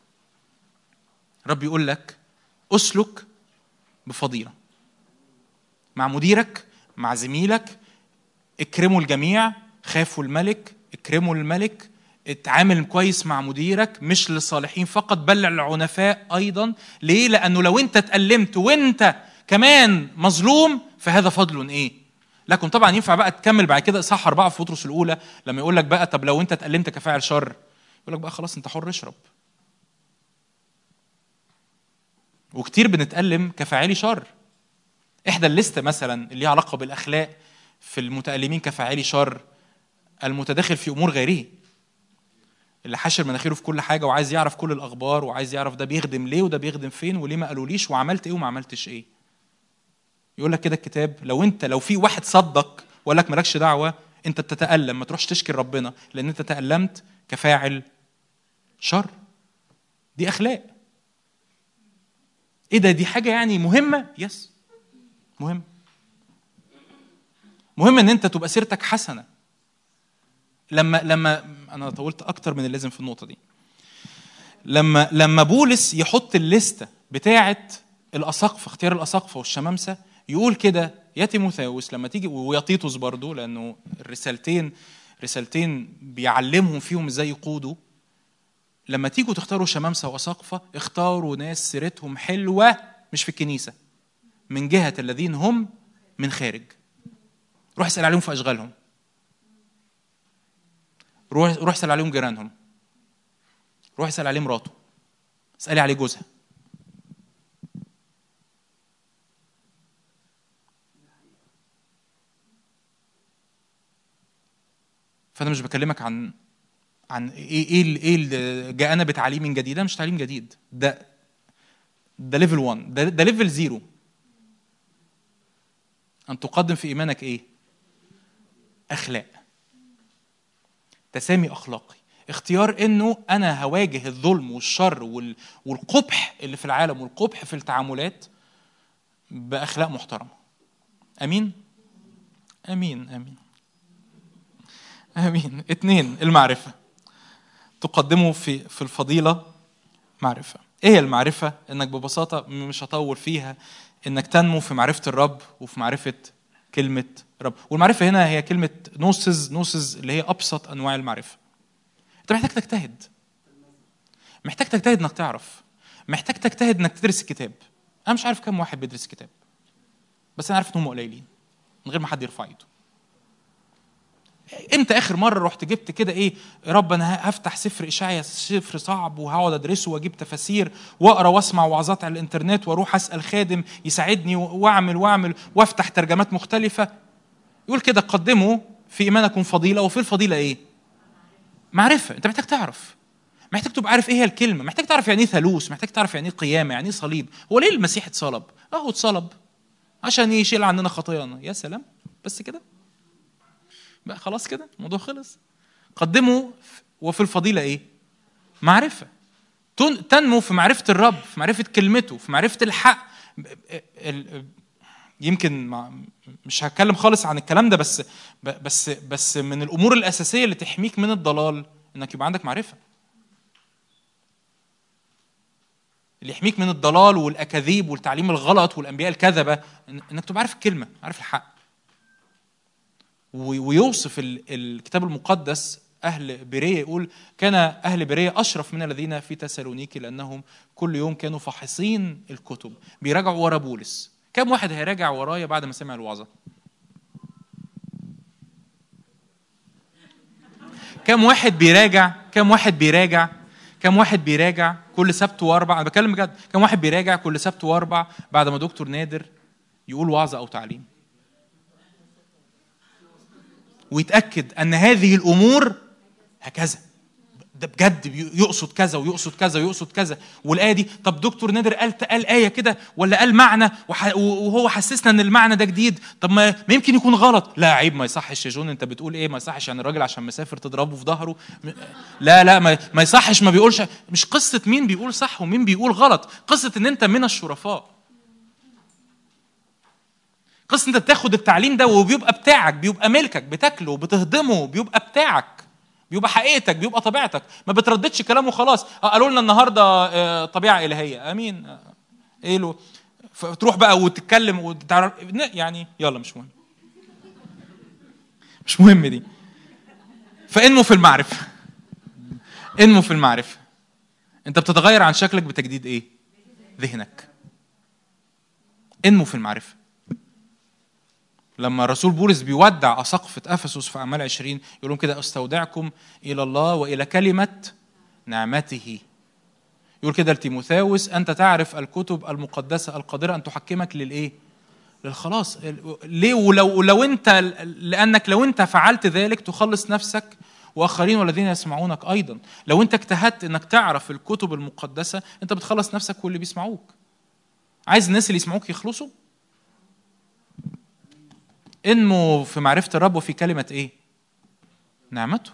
رب يقول لك اسلك بفضيله مع مديرك، مع زميلك، اكرموا الجميع، خافوا الملك، اكرموا الملك، اتعامل كويس مع مديرك، مش للصالحين فقط بل للعنفاء ايضا. ليه؟ لانه لو انت اتألمت وانت كمان مظلوم فهذا فضل ايه لكم. طبعا ينفع بقى تكمل بعد كده اصحاح 4 في بطرس الاولى لما يقول لك بقى طب لو انت اتألمت كفاعل شر، يقول لك بقى خلاص انت حر اشرب. وكتير بنتألم كفاعلي شر. احدى الليسته مثلا اللي ليها علاقه بالاخلاق في المتألمين كفاعلي شر، المتداخل في امور غيره، اللي حاشر مناخيره في كل حاجه وعايز يعرف كل الاخبار، وعايز يعرف ده بيخدم ليه وده بيخدم فين وليه ما قالوليش وعملت ايه وما عملتش ايه. يقول لك كده الكتاب لو في واحد صدق وقال لك مالكش دعوه، انت بتتألم، ما تروحش تشكي ربنا لان انت تألمت كفاعل شر. دي اخلاق. ايه ده؟ دي حاجه يعني مهمه. يس مهم ان انت تبقى سيرتك حسنه. لما انا طولت اكتر من اللازم في النقطه دي. لما بولس يحط الليسته بتاعه الاساقفه، اختيار الاساقفه والشمامسه، يقول كده يا تيموثاوس لما تيجي، ويا تيتوس برضو، لانه رسالتين بيعلمهم فيهم ازاي يقودوا. لما تيجوا تختاروا شمامسه واساقفه، اختاروا ناس سيرتهم حلوه مش في الكنيسه، من جهه الذين هم من خارج. روح اسال عليهم في اشغالهم، روح اسال عليهم جيرانهم، روح اسال عليه مراته، اسالي عليه جوزها. فانا مش بكلمك عن ايه جاءنا بتعليم جديد. ده مش تعليم جديد، ده ليفل 1، ده ليفل 0. ان تقدم في ايمانك ايه؟ اخلاق، تسامي اخلاقي، اختيار انه انا هواجه الظلم والشر والقبح اللي في العالم والقبح في التعاملات باخلاق محترمه. امين امين امين امين. 2 المعرفه. تقدمه في الفضيله معرفه. ايه هي المعرفه؟ انك ببساطه مش هطول فيها، انك تنمو في معرفه الرب وفي معرفه كلمه رب. والمعرفه هنا هي كلمه نوسز اللي هي ابسط انواع المعرفه. انت محتاج تجتهد، محتاج تجتهد انك تعرف، محتاج تجتهد انك تدرس الكتاب. انا مش عارف كم واحد بيدرس الكتاب، بس انا عارف انهم قليلين من غير ما حد يرفع ايده. امتى اخر مره رحت جبت كده ايه رب انا هفتح سفر اشعياء، سفر صعب وهقعد ادرسه واجيب تفاسير واقرا واسمع وعظات على الانترنت واروح اسال خادم يساعدني واعمل وافتح ترجمات مختلفه؟ يقول كده قدموا في ايمانكم فضيله، وفي الفضيله ايه؟ معرفه. انت محتاج تعرف، محتاج تبقى عارف ايه هي الكلمه، محتاج تعرف يعني ايه ثالوث، محتاج تعرف يعني ايه قيامه، يعني ايه صليب. هو ليه المسيح اتصلب؟ هو اتصلب عشان يشيل عننا خطايانا. يا سلام، بس كده بقى خلاص كده الموضوع خلص. قدموا وفي الفضيله ايه؟ معرفه. تنمو في معرفه الرب، في معرفه كلمته، في معرفه الحق. يمكن مش هتكلم خالص عن الكلام ده، بس من الامور الاساسيه اللي تحميك من الضلال انك يبقى عندك معرفه. اللي يحميك من الضلال والاكاذيب والتعليم الغلط والانبياء الكذبه انك تبقى عارف الكلمه، عارف الحق. ويوصف الكتاب المقدس اهل بيريه، يقول كان اهل بيريه اشرف من الذين في تسالونيكي لانهم كل يوم كانوا فاحصين الكتب، بيراجعوا ورا بولس. كم واحد هيراجع ورايا بعد ما سمع الوعظه؟ كم واحد بيراجع كل سبت واربع؟ انا بكلم بجد. كم واحد بيراجع كل سبت واربع بعد ما دكتور نادر يقول وعظه او تعليم، ويتاكد ان هذه الامور هكذا، ده بجد يقصد كذا ويقصد كذا ويقصد كذا، والايه دي طب دكتور نادر قال ايه كده ولا قال معنى وهو حسسنا ان المعنى ده جديد، طب ما يمكن يكون غلط. لا عيب، ما يصحش يا جون، انت بتقول ايه؟ ما يصحش يعني الراجل عشان مسافر تضربه في ظهره؟ لا ما يصحش، ما بيقولش. مش قصه مين بيقول صح ومين بيقول غلط، قصه ان انت من الشرفاء، قصه انت بتاخد التعليم ده وبيبقى بتاعك، بيبقى ملكك، بتاكله بتهضمه، بيبقى بتاعك، بيبقى حقيقتك، بيبقى طبيعتك، ما بترددش كلامه وخلاص. قالوا لنا النهارده طبيعه الهيه، امين، ايه له، تروح بقى وتتكلم وتعرف يعني، يلا مش مهم، مش مهم دي. فانمو في المعرفه، انمو في المعرفه. انت بتتغير عن شكلك بتجديد ايه؟ ذهنك. انمو في المعرفه. لما الرسول بولس بيودع أساقفة أفسس في أعمال 20 يقول لهم كده: أستودعكم إلى الله وإلى كلمة نعمته. يقول كده لتيموثاوس: أنت تعرف الكتب المقدسة القادرة أن تحكمك للإيه؟ للخلاص. ليه؟ ولو أنت، لأنك لو أنت فعلت ذلك تخلص نفسك وآخرين والذين يسمعونك أيضا. لو أنت اجتهدت أنك تعرف الكتب المقدسة أنت بتخلص نفسك واللي بيسمعوك. عايز الناس اللي يسمعوك يخلصوا؟ انمو في معرفة الرب وفي كلمة ايه؟ نعمته.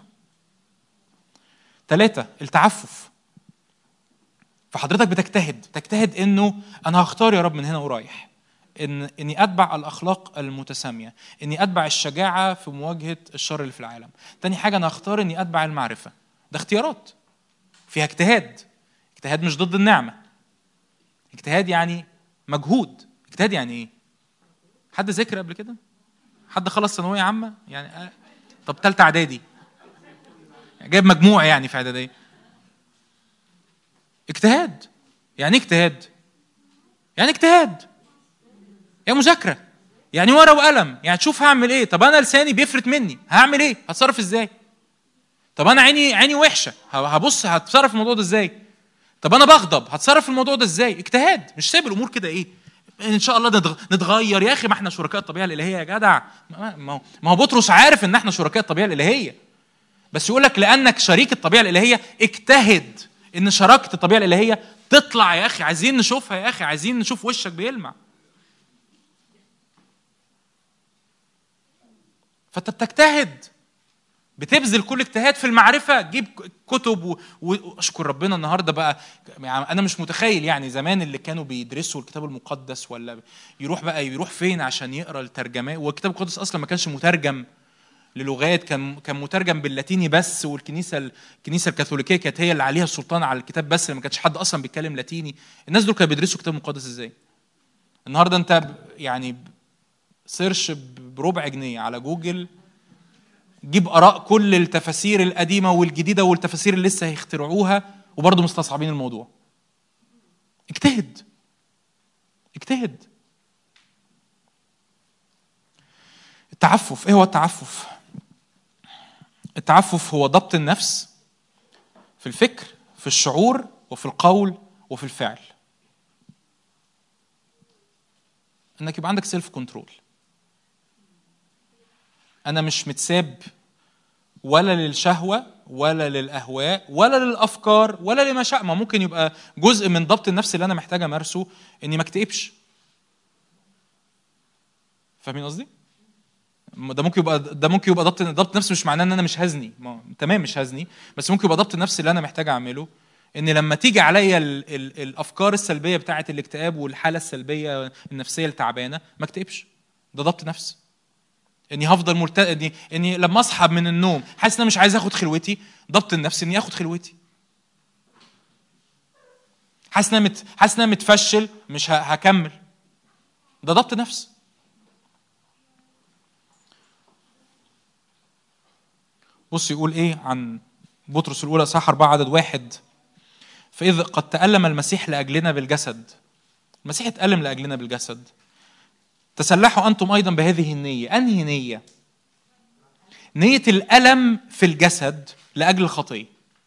3 التعفف. فحضرتك بتجتهد انه انا هختار يا رب من هنا ورايح اني اتبع الاخلاق المتسامية، اني اتبع الشجاعة في مواجهة الشر اللي في العالم. تاني حاجة انا هختار اني اتبع المعرفة. ده اختيارات فيها اجتهاد. اجتهاد مش ضد النعمة. اجتهاد يعني مجهود. اجتهاد يعني ايه؟ حد ذاكر قبل كده؟ حد خلص ثانويه عامه يعني؟ طب ثالثه اعدادي جايب مجموع يعني في اعداديه؟ اجتهاد. يعني اجتهاد يعني مذاكره، يعني ورقه وقلم، يعني تشوف هعمل ايه. طب انا لساني بيفرط مني، هعمل ايه؟ هتصرف ازاي؟ طب انا عيني وحشه، هبص هتصرف الموضوع ده ازاي؟ طب انا بغضب، هتصرف الموضوع ده ازاي؟ اجتهاد. مش سايب الامور كده ايه ان شاء الله نتغير يا اخي، ما احنا شركاء الطبيعه الالهيه يا جدع. ما هو بطرس عارف ان احنا شركاء الطبيعه الالهيه، بس يقول لك لانك شريك الطبيعه الالهيه اجتهد ان شراكه الطبيعه الالهيه تطلع يا اخي. عايزين نشوفها يا اخي، عايزين نشوف وشك بيلمع. فانت بتجتهد، بتبذل كل اجتهاد في المعرفه. جيب كتب واشكر ربنا النهارده بقى. يعني انا مش متخيل يعني زمان اللي كانوا بيدرسوا الكتاب المقدس ولا يروح فين عشان يقرا الترجمات. والكتاب المقدس اصلا ما كانش مترجم للغات، كان مترجم باللاتيني بس. الكنيسه الكاثوليكيه كانت هي اللي عليها السلطان على الكتاب بس، ما كانش حد اصلا بيتكلم لاتيني. الناس دول كانوا بيدرسوا الكتاب المقدس ازاي؟ النهارده انت يعني سيرش بربع جنيه على جوجل، جيب آراء كل التفاسير القديمة والجديدة والتفاسير اللي لسه هيخترعوها، وبرضه مستصعبين الموضوع. اجتهد. التعفف. ايه هو التعفف؟ التعفف هو ضبط النفس في الفكر، في الشعور، وفي القول، وفي الفعل. انك يبقى عندك سيلف كنترول. انا مش متساب ولا للشهوة ولا للأهواء ولا للأفكار ولا لمشاعر. ما ممكن يبقى جزء من ضبط النفس اللي أنا محتاج أمارسه إني ما اكتئبش. فاهمين قصدي؟ ده ممكن يبقى ضبط النفس. مش معناه إن أنا مش هزني، تمام مش هزني، بس ممكن يبقى ضبط النفس اللي أنا محتاج أعمله ان لما تيجي عليا الافكار السلبيه بتاعه الاكتئاب والحاله السلبيه النفسيه التعبانه ما اكتئبش. ده ضبط نفس. اني هفضل اني لما اصحى من النوم حاسس ان انا مش عايز اخد خلوتي، ضبط النفس اني اخد خلوتي. حاسس ان انا متفشل مش هكمل، ده ضبط نفس. بص يقول ايه عن بطرس الاولى اصحاح 4 عدد 1: فإذ قد تألم المسيح لأجلنا بالجسد. المسيح اتألم لأجلنا بالجسد. تسلحوا أنتم أيضا بهذه النية. أنهي نية؟ نية الألم في الجسد لأجل الخطية.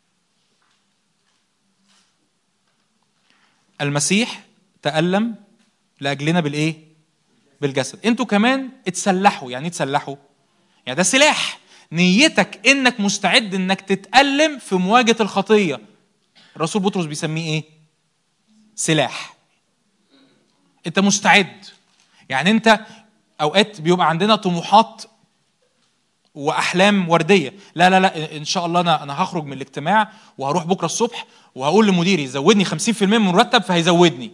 المسيح تألم لأجلنا بالإيه؟ بالجسد. أنتوا كمان اتسلحوا. يعني تسلحوا يعني ده سلاح. نيتك إنك مستعد إنك تتألم في مواجهة الخطية. الرسول بطرس بيسميه ايه؟ سلاح. انت مستعد. يعني انت اوقات بيبقى عندنا طموحات واحلام ورديه، لا لا لا ان شاء الله انا هخرج من الاجتماع وهروح بكره الصبح وهقول لمديري زودني 50% من المرتب فهيزودني.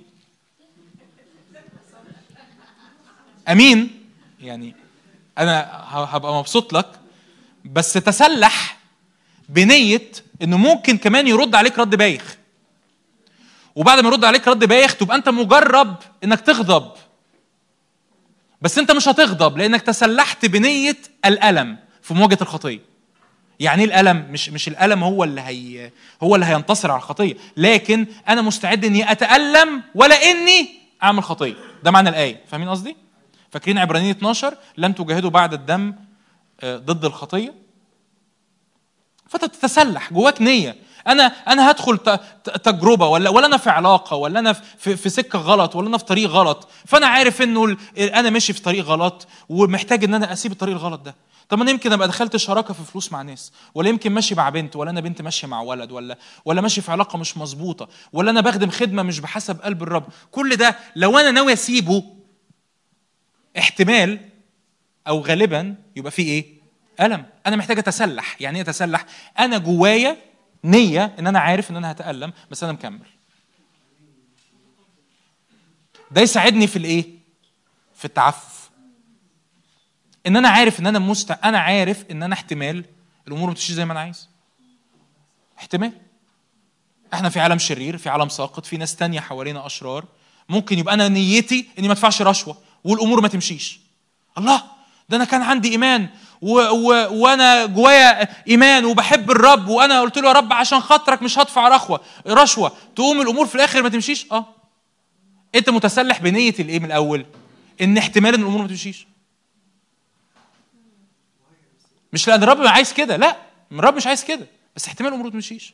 امين. يعني انا هبقى مبسوط لك، بس تسلح بنيه انه ممكن كمان يرد عليك رد بايخ، وبعد ما يرد عليك رد بايخ تبقى انت مجرب انك تغضب، بس انت مش هتغضب لانك تسلحت بنية الألم في مواجهة الخطية. يعني ايه الألم؟ مش الألم هو اللي هينتصر على الخطية، لكن انا مستعد اني اتألم ولا اني اعمل خطية. ده معنى الآية. فاهمين قصدي؟ فاكرين عبرانيين 12 لن تجاهدوا بعد الدم ضد الخطية. فتتسلح جواك نية انا هدخل تجربه ولا انا في علاقه ولا انا في سكه غلط ولا انا في طريق غلط، فانا عارف انه انا ماشي في طريق غلط ومحتاج ان انا اسيب الطريق الغلط ده. طب انا يمكن ابقى دخلت شراكه في فلوس مع ناس، ولا يمكن ماشي مع بنت، ولا انا بنت ماشيه مع ولد، ولا ماشي في علاقه مش مظبوطه، ولا انا بخدم خدمه مش بحسب قلب الرب. كل ده لو انا ناوي اسيبه احتمال او غالبا يبقى فيه ايه؟ ألم. انا محتاج اتسلح. يعني ايه اتسلح؟ انا جوايا نية ان انا عارف ان انا هتألم بس انا مكمل. ده يساعدني في الايه؟ في التعفف. ان انا عارف ان انا عارف ان انا احتمال الامور ما تمشيش زي ما انا عايز. احتمال. احنا في عالم شرير، في عالم ساقط، في ناس تانية حوالينا اشرار. ممكن يبقى انا نيتي اني ما ادفعش رشوة والامور ما تمشيش. الله، ده انا كان عندي ايمان وانا جوايا ايمان وبحب الرب، وانا قلت له يا رب عشان خاطرك مش هدفع رشوه، تقوم الامور في الاخر ما تمشيش. انت متسلح بنيه الايه من الاول؟ ان احتمال ان الامور ما تمشيش. مش لان الرب عايز كده، لا، الرب مش عايز كده، بس احتمال الامور ما تمشيش.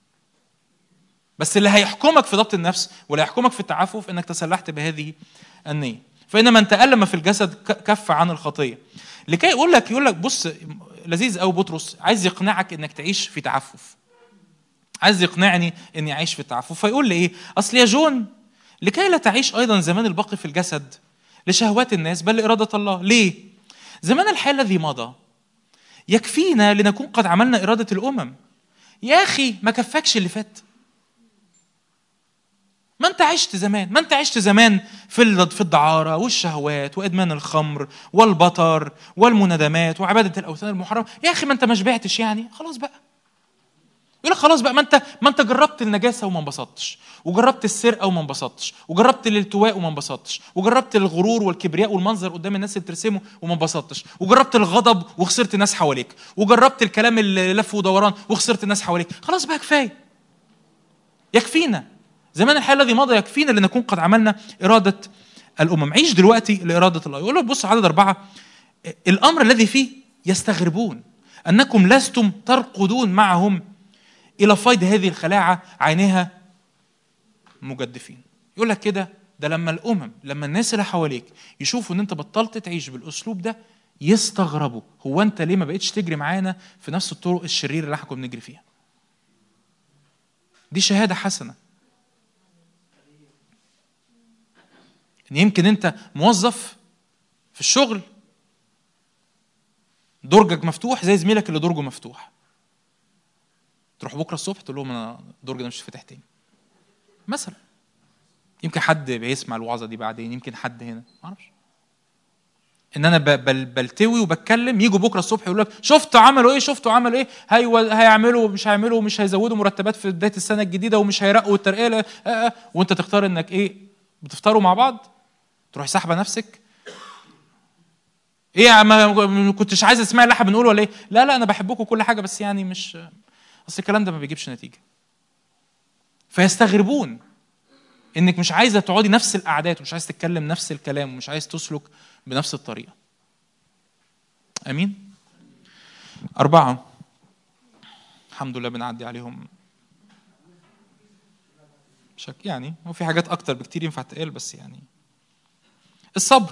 بس اللي هيحكمك في ضبط النفس واللي هيحكمك في التعفف انك تسلحت بهذه النيه. فإن من تألم في الجسد كف عن الخطية. لكي يقول لك بص لذيذ قوي بطرس عايز يقنعك انك تعيش في تعفف. عايز يقنعني اني اعيش في التعفف. فيقول لي ايه؟ اصل يا جون لكي لا تعيش ايضا زمان الباقي في الجسد لشهوات الناس بل لإرادة الله. ليه؟ زمان الحال الذي مضى يكفينا لنكون قد عملنا إرادة الأمم. يا أخي ما كفاكش اللي فات؟ ما انت عشت زمان في الدعارة والشهوات وإدمان الخمر والبطر والمنادمات وعبادة الأوثان المحرمة. يا أخي ما انت ما شبعتش يعني؟ خلاص بقى. يقول لك خلاص بقى، ما انت جربت النجاسة وما انبسطتش، وجربت السرقة وما انبسطتش، وجربت الالتواء وما انبسطتش، وجربت الغرور والكبرياء والمنظر قدام الناس اللي ترسمه وما انبسطتش، وجربت الغضب وخسرت ناس حواليك، وجربت الكلام اللي لف ودوران وخسرت ناس حواليك. خلاص بقى كفاية. يكفينا زمان الحال الذي مضى يكفينا لنكون قد عملنا إرادة الأمم. عيش دلوقتي لإرادة الله. يقول لك بص عدد 4: الأمر الذي فيه يستغربون أنكم لستم ترقدون معهم إلى فيض هذه الخلاعة عينها مجدفين. يقول لك كده، ده لما الناس اللي حواليك يشوفوا ان انت بطلت تعيش بالأسلوب ده يستغربوا. هو انت ليه ما بقيتش تجري معانا في نفس الطرق الشريرة اللي احنا كنا بنجري فيها؟ دي شهادة حسنة. ان يمكن انت موظف في الشغل درجك مفتوح زي زميلك اللي درجه مفتوح، تروح بكره الصبح تقول لهم انا الدرج ده مش فاتح تاني مثلا. يمكن حد بيسمع الوعظه دي بعدين، يمكن حد هنا ما اعرفش. ان انا بلتوي وبتكلم، يجوا بكره الصبح يقول لك شفتوا عملوا ايه، شفتوا عملوا ايه، هيعملوا مش هيعملوا، مش هيزودوا مرتبات في بدايه السنه الجديده، ومش هيرقوا الترقيه وانت تختار انك ايه، بتفطروا مع بعض، تروح ساحبه نفسك. ايه ما كنتش عايز اسمع اللي احنا بنقوله ولا ايه؟ لا انا بحبكم كل حاجه، بس يعني مش اصل الكلام ده ما بيجيبش نتيجه. فيستغربون انك مش عايزه تقعدي نفس القعدات، ومش عايز تتكلم نفس الكلام، ومش عايز تسلك بنفس الطريقه. امين. 4 الحمد لله بنعدي عليهم يعني، وفي حاجات اكتر بكتير ينفع تقال، بس يعني الصبر.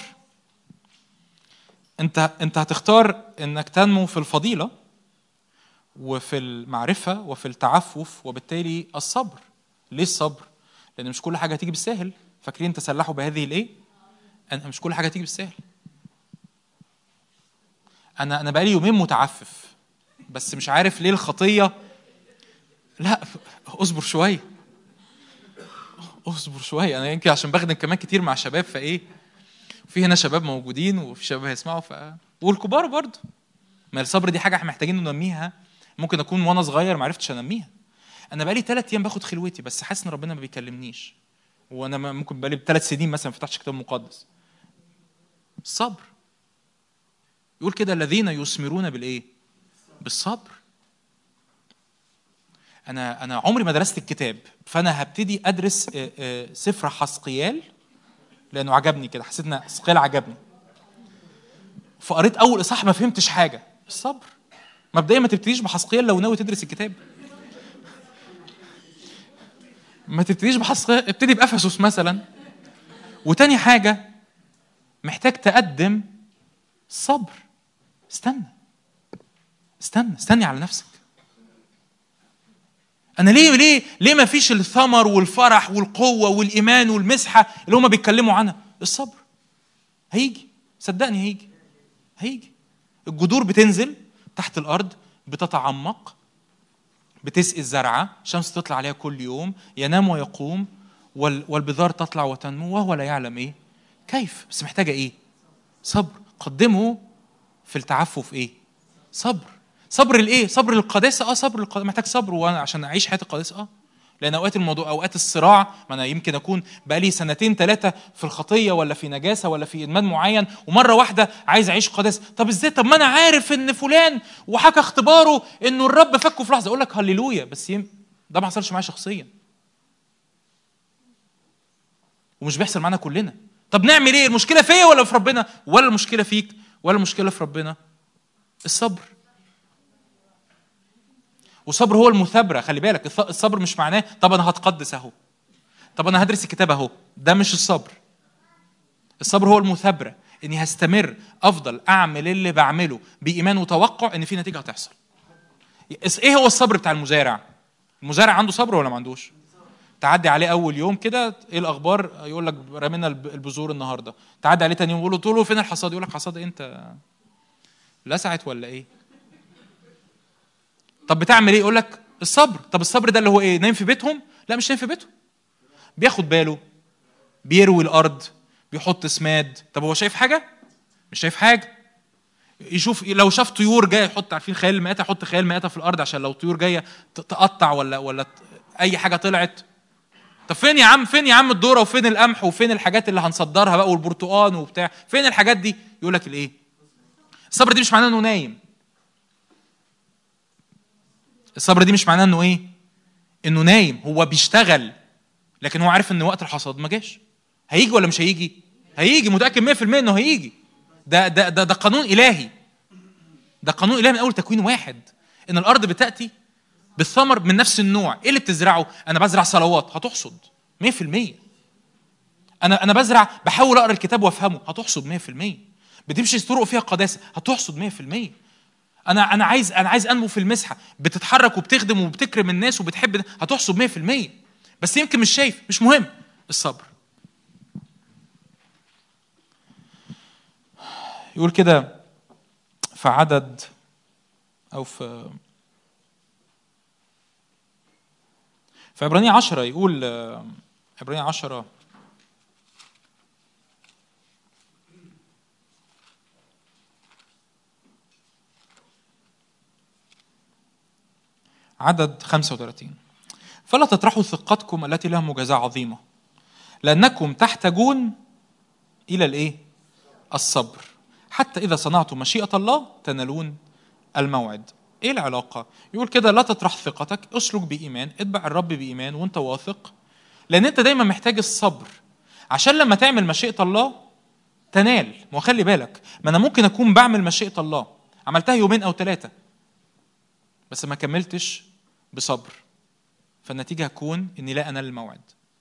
انت هتختار انك تنمو في الفضيله وفي المعرفه وفي التعفف، وبالتالي الصبر. ليه الصبر؟ لان مش كل حاجه هتيجي بالسهل. فاكرين تسلحوا بهذه الايه؟ انا مش كل حاجه هتيجي بالسهل. انا بقالي يومين متعفف، بس مش عارف ليه الخطيه. لا اصبر شويه، اصبر شويه. انا يمكن عشان بخدم كمان كتير مع شباب، فايه في هنا شباب موجودين وفي شباب هيسمعوا والكبار برضه. ما الصبر دي حاجه احنا محتاجين ننميها. ممكن اكون وانا صغير ما عرفتش انميها. انا بقالي 3 ايام باخد خلوتي، بس حاسس ان ربنا ما بيكلمنيش، وانا ممكن بقالي 3 سنين مثلا ما فتحتش كتاب مقدس. الصبر يقول كده الذين يثمرون بالايه؟ بالصبر. انا عمري ما درست الكتاب، فانا هبتدي ادرس سفر حسقيال لانه عجبني كده، حسيت ان حسقيال عجبني، فقريت اول اصحاح ما فهمتش حاجه. الصبر. مبدئيا ما تبتديش بحسقيال لو ناوي تدرس الكتاب، ما تبتديش بحسقيال، ابتدي بافسس مثلا. وتاني حاجه محتاج تقدم صبر. استني على نفسك. انا ليه ما فيش الثمر والفرح والقوه والايمان والمسحه اللي هم بيتكلموا عنها؟ الصبر. هيجي، صدقني هيجي. الجذور بتنزل تحت الارض، بتتعمق، بتسقي الزرعه، الشمس تطلع عليها كل يوم، ينام ويقوم، والبذار تطلع وتنمو، وهو لا يعلم ايه كيف. بس محتاجه ايه؟ صبر. قدمه في التعفف ايه؟ صبر الايه؟ صبر للقداسه. صبر محتاج صبر، وانا عشان اعيش حياه القداسه لان اوقات الموضوع، اوقات الصراع، ما انا يمكن اكون بقالي 2 3 في الخطيه، ولا في نجاسه، ولا في ادمان معين، ومره واحده عايز اعيش قداسه. طب ازاي؟ طب ما انا عارف ان فلان وحكى اختباره انه الرب فكه في لحظه. اقول لك هللويا، بس ده ما حصلش معايا شخصيا، ومش بيحصل معانا كلنا. طب نعمل ايه؟ المشكله فيا ولا في ربنا؟ ولا المشكله فيك ولا المشكله في ربنا؟ الصبر. والصبر هو المثابره. خلي بالك، الصبر مش معناه طب انا هتقدس اهو، طب انا هدرس الكتاب اهو. ده مش الصبر. الصبر هو المثابره، اني هستمر افضل اعمل اللي بعمله بايمان وتوقع ان في نتيجه هتحصل. ايه هو الصبر بتاع المزارع؟ المزارع عنده صبر ولا ما عندوش؟ تعدي عليه اول يوم كده، ايه الاخبار؟ يقول لك رمينا البذور النهارده. تعدي عليه تاني يوم، يقول له فين الحصاد؟ يقول لك حصاد إيه؟ انت لسعت ولا ايه؟ طب بتعمل ايه؟ يقول لك الصبر. طب الصبر ده اللي هو ايه؟ نايم في بيتهم؟ لا مش نايم في بيتهم، بياخد باله، بيروي الارض، بيحط سماد. طب هو شايف حاجه؟ مش شايف حاجه. يشوف لو شاف طيور جايه يحط، عارفين خيال المآتة، يحط خيال المآتة في الارض عشان لو طيور جايه تقطع ولا اي حاجه طلعت. طب فين يا عم الذره، وفين القمح، وفين الحاجات اللي هنصدرها بقى، والبرتقال وبتاع، فين الحاجات دي؟ يقول لك الايه؟ الصبر دي مش معناه انه نايم. الصبر دي مش معناه انه ايه؟ انه نايم. هو بيشتغل، لكن هو عارف ان وقت الحصاد ما جاش. هيجي ولا مش هيجي؟ هيجي، متاكد 100% انه هيجي. ده قانون الهي. ده قانون الهي من اول تكوين 1، ان الارض بتاتي بالثمر من نفس النوع. ايه اللي بتزرعه؟ انا بزرع صلوات، هتحصد 100%. انا بزرع، بحاول اقرا الكتاب وافهمه، هتحصد 100%. بتمشي طرق فيها قداسه، هتحصد 100%. انا عايز انمو في المسحه، بتتحرك وبتخدم وبتكرم الناس وبتحب، هتحصد 100%. بس يمكن مش شايف، مش مهم. الصبر. يقول كده في عدد، او في في عبرانية 10 يقول، عبرانية 10 عدد 35: فلا تطرحوا ثقتكم التي لها مجازاة عظيمة، لأنكم تحتاجون إلى الإيه؟ الصبر، حتى إذا صنعتم مشيئة الله تنالون الموعد. إيه العلاقة؟ يقول كده: لا تطرح ثقتك، اسلك بإيمان، اتبع الرب بإيمان وانت واثق، لأن انت دايما محتاج الصبر عشان لما تعمل مشيئة الله تنال. ما خلي بالك، ما أنا ممكن أكون بعمل مشيئة الله، عملتها يومين أو 3 بس ما كملتش بصبر، فالنتيجة هتكون إني لا أنال الموعد.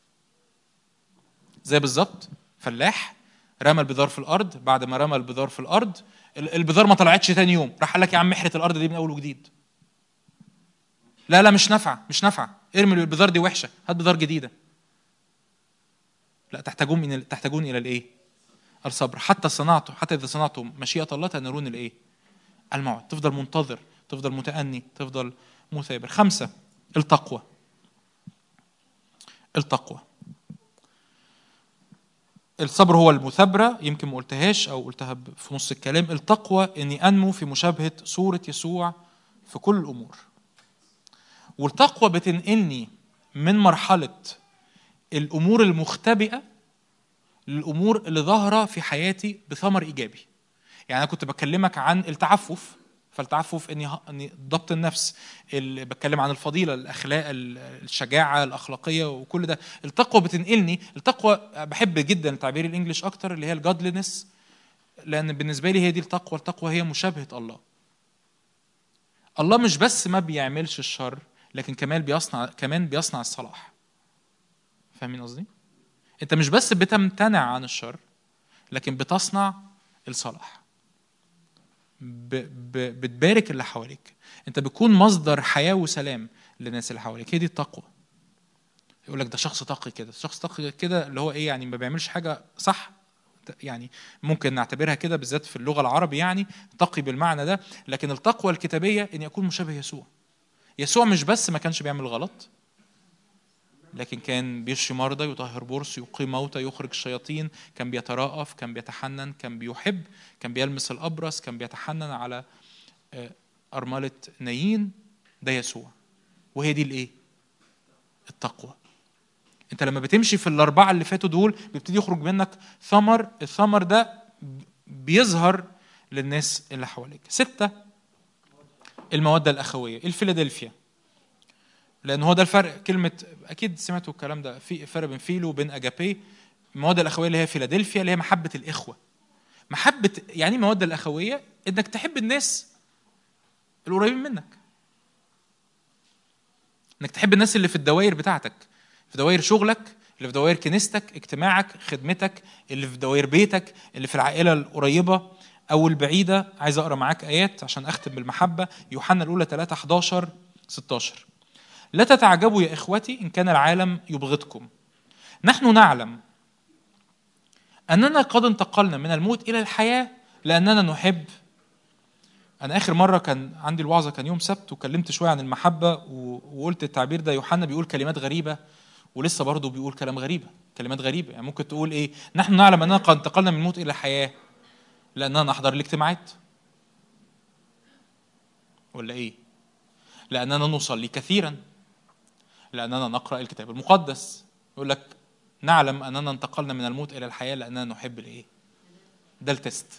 زي بالظبط فلاح رمى البذار في الأرض، بعد ما رمى البذار في الأرض البذار ما طلعتش تاني يوم، راح قال لك يا عم احرث الأرض دي من أول وجديد. لا مش نافعة، مش نافعة، ارمي البذار دي وحشة، هات بذار جديدة. لا، تحتاجون إلى الإيه؟ الصبر، حتى إذا صنعتم مشيئة الله تنالون الإيه؟ الموعد. تفضل منتظر، تفضل متأني، تفضل مثابر. 5، التقوى. الصبر هو المثابرة، يمكن ما قلتهاش أو قلتها في نص الكلام. التقوى إني أنمو في مشابهة صورة يسوع في كل الأمور. والتقوى بتنقلني من مرحلة الأمور المختبئة للأمور اللي ظاهرة في حياتي بثمر إيجابي. يعني أنا كنت بكلمك عن التعفف، فالتعفف إني ضبط النفس، اللي بتكلم عن الفضيلة، الأخلاق، الشجاعة الأخلاقية وكل ده. التقوى بتنقلني، التقوى بحب جدا التعبير الإنجليش أكتر اللي هي الجادلينس، لأن بالنسبة لي هي دي التقوى. التقوى هي مشابهة الله. الله مش بس ما بيعملش الشر، لكن كمان بيصنع الصلاح. فاهمين قصدي؟ أنت مش بس بتمتنع عن الشر، لكن بتصنع الصلاح، بتبارك اللي حواليك، انت بتكون مصدر حياة وسلام للناس اللي حواليك. هي دي التقوى. يقول لك ده شخص تقي كده، شخص تقي كده اللي هو ايه يعني؟ ما بيعملش حاجة صح، يعني ممكن نعتبرها كده بالذات في اللغة العربية، يعني تقي بالمعنى ده. لكن التقوى الكتابية ان يكون مشابه يسوع. يسوع مش بس ما كانش بيعمل غلط، لكن كان بيشفي مرضى، يطهر برص، يقيم موتى، يخرج الشياطين، كان بيترأف، كان بيتحنن، كان بيحب، كان بيلمس الأبرص، كان بيتحنن على أرملة نايين. ده يسوع. وهي دي الإيه؟ التقوى. أنت لما بتمشي في ال4 اللي فاتوا دول بيبتدي يخرج منك ثمر، الثمر ده بيظهر للناس اللي حواليك. 6، المودة الأخوية، الفيلادلفيا. لأن هو ده الفرق. كلمة أكيد سمعتوا الكلام ده، في فرق بين فيلو وبين أجابي. المودة الأخوية اللي هي فيلادلفيا اللي هي محبة الإخوة. محبة يعني المودة الأخوية إنك تحب الناس القريبين منك، إنك تحب الناس اللي في الدوائر بتاعتك، في دوائر شغلك، اللي في دوائر كنيستك، اجتماعك، خدمتك، اللي في دوائر بيتك، اللي في العائلة القريبة أو البعيدة. عايز أقرأ معاك آيات عشان أختم بالمحبة. يوحنا الأولى 3:11-16: لا تتعجبوا يا إخوتي إن كان العالم يبغضكم، نحن نعلم أننا قد انتقلنا من الموت إلى الحياة لأننا نحب. أنا آخر مرة كان عندي الوعظة كان يوم سبت، وكلمت شوية عن المحبة وقلت التعبير ده. يوحنا بيقول كلمات غريبة، ولسه برضو بيقول كلمات غريبة. يعني ممكن تقول إيه؟ نحن نعلم أننا قد انتقلنا من الموت إلى الحياة لأننا نحضر الاجتماعات، ولا إيه؟ لأننا نصلي كثيرا، لأننا نقرأ الكتاب المقدس. يقول لك نعلم أننا انتقلنا من الموت إلى الحياة لأننا نحب الإيه؟ ده التست.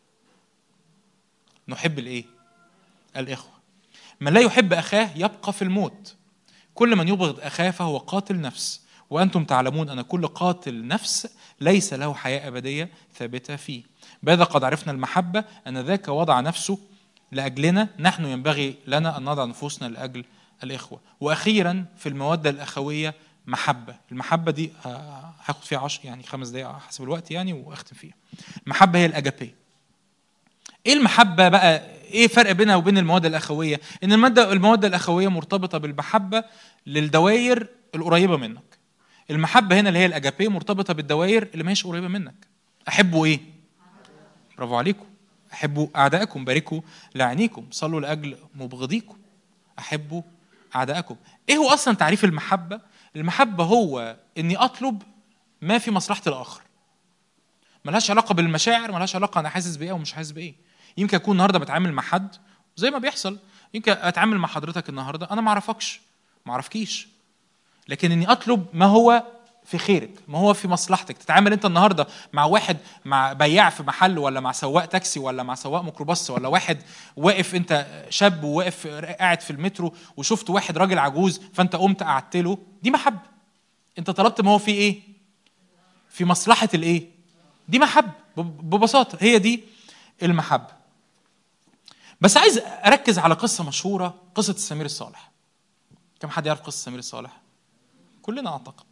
نحب الإيه؟ الإخوة. من لا يحب أخاه يبقى في الموت. كل من يبغض أخاه فهو قاتل نفس، وأنتم تعلمون أن كل قاتل نفس ليس له حياة أبدية ثابتة فيه. بهذا قد عرفنا المحبة أن ذاك وضع نفسه لأجلنا، نحن ينبغي لنا أن نضع نفوسنا لأجل الإخوة. وأخيرا في المودة الأخوية محبة. المحبة دي هاخد فيها 5 دقائق حسب الوقت يعني وأختم فيها. المحبة هي الأجابي. إيه المحبة بقى؟ إيه فرق بينها وبين المودة الأخوية؟ إن المودة الأخوية مرتبطة بالمحبة للدوائر القريبة منك. المحبة هنا اللي هي الأجابي مرتبطة بالدوائر اللي ماهيش قريبة منك. أحبوا إيه؟ برافو عليكم. أحبوا أعدائكم، باركوا لعنيكم، صلوا لأجل مبغضيكم، أحبوا اعدائكم. ايه هو اصلا تعريف المحبه؟ المحبه هو اني اطلب ما في مصلحه الاخر، ملهاش علاقه بالمشاعر، ملهاش علاقه انا حاسس بايه او مش حاسس بايه. يمكن اكون النهارده بتعامل مع حد زي ما بيحصل، يمكن اتعامل مع حضرتك النهارده انا ما اعرفكش ما اعرفكيش، لكن اني اطلب ما هو في خيرك، ما هو في مصلحتك. تتعامل انت النهارده مع واحد، مع بياع في محل، ولا مع سواق تاكسي، ولا مع سواق ميكروباص، ولا واحد واقف، انت شاب وواقف قاعد في المترو وشفت واحد راجل عجوز فانت قمت قعدت له، دي محبه. انت طلبت ما هو في ايه؟ في مصلحه الايه؟ دي محبه ببساطه، هي دي المحبه. بس عايز اركز على قصه مشهوره، قصه السمير الصالح. كم حد يعرف قصه السمير الصالح؟ كلنا اعتقد.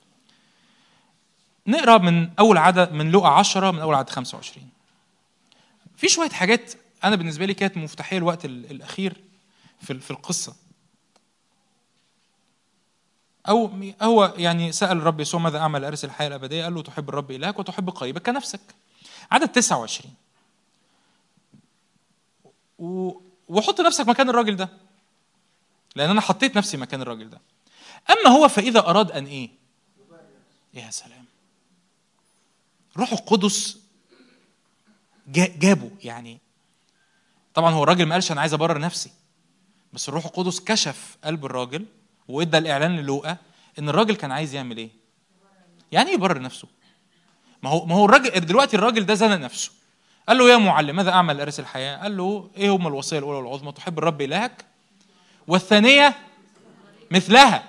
نقرا من اول عدد من لوقا 10 من اول عدد 25. في شويه حاجات انا بالنسبه لي كانت مفتاحيه الوقت الاخير في القصه. او هو يعني سال الرب يسوع ماذا اعمل لارث الحياه الابديه؟ قال له تحب الرب الهك وتحب قريبك كنفسك. عدد 29. وحط نفسك مكان الراجل ده، لان انا حطيت نفسي مكان الراجل ده. اما هو فاذا اراد ان ايه؟ يا سلام، روح القدس جابه. يعني طبعا هو الراجل ما قالش انا عايز ابرر نفسي، بس الروح القدس كشف قلب الراجل وادى الاعلان للوقا ان الراجل كان عايز يعمل ايه؟ يعني ايه يبرر نفسه؟ ما هو الراجل دلوقتي الراجل ده زنق نفسه. قال له يا معلم ماذا اعمل لارث الحياه؟ قال له ايه هم الوصيه الاولى والعظمى؟ تحب الرب الهك والثانيه مثلها.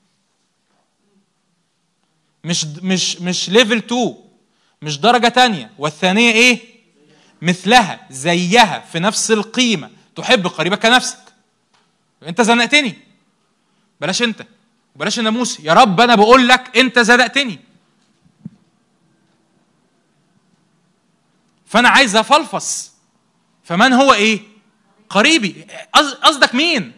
مش ليفل 2، مش درجه تانية. والثانيه ايه؟ مثلها، زيها في نفس القيمه، تحب قريبك كنفسك. انت زنقتني، بلاش انت وبلاش الناموس يا رب، انا بقول لك انت زنقتني، فانا عايز افلفص. فمن هو ايه؟ قريبي. قصدك مين؟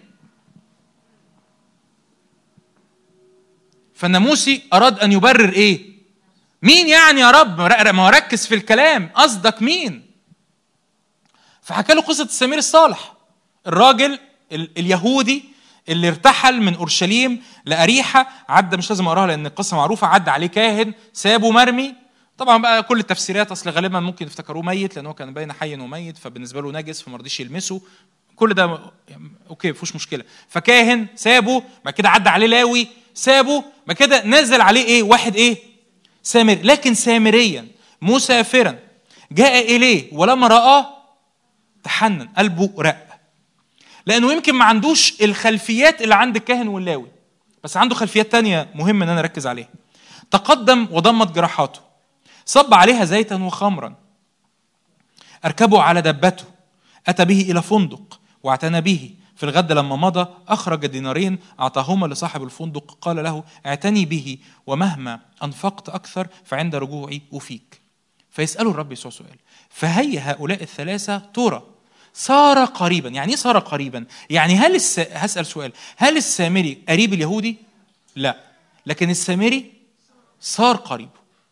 فالناموسي اراد ان يبرر ايه؟ مين يعني يا رب؟ ما ركز في الكلام، قصدك مين؟ فحكى له قصه السمير الصالح، الراجل اليهودي اللي ارتحل من اورشليم لاريحه. عدى، مش لازم اقراها لان القصه معروفه، عدى عليه كاهن سابه مرمي. طبعا بقى كل التفسيرات، اصل غالبا ممكن يفتكروه ميت لانه كان باين حي وميت، فبالنسبه له نجس فما رضيش يلمسه. كل ده اوكي مفيش مشكله. فكاهن سابه، بعد كده عدى عليه لاوي سابه، بعد كده نزل عليه ايه؟ واحد ايه؟ سامر. لكن سامريا مسافرا جاء اليه ولما رآه تحنن، قلبه رق، لانه يمكن ما عندوش الخلفيات اللي عند الكاهن واللاوي، بس عنده خلفيات تانية مهم ان انا اركز عليها. تقدم وضمت جراحاته، صب عليها زيتا وخمرا، اركبه على دبته، اتى به الى فندق واعتنى به. في الغد لما مضى اخرج دينارين اعطاهما لصاحب الفندق، قال له اعتني به ومهما انفقت اكثر فعند رجوعي افيك. فيسأله الرب يسوع سؤال، فهي هؤلاء الثلاثة ترى صار قريبا. يعني ايه صار قريبا؟ يعني هسأل سؤال، هل السامري قريب اليهودي؟ لا، لكن السامري صار قريب.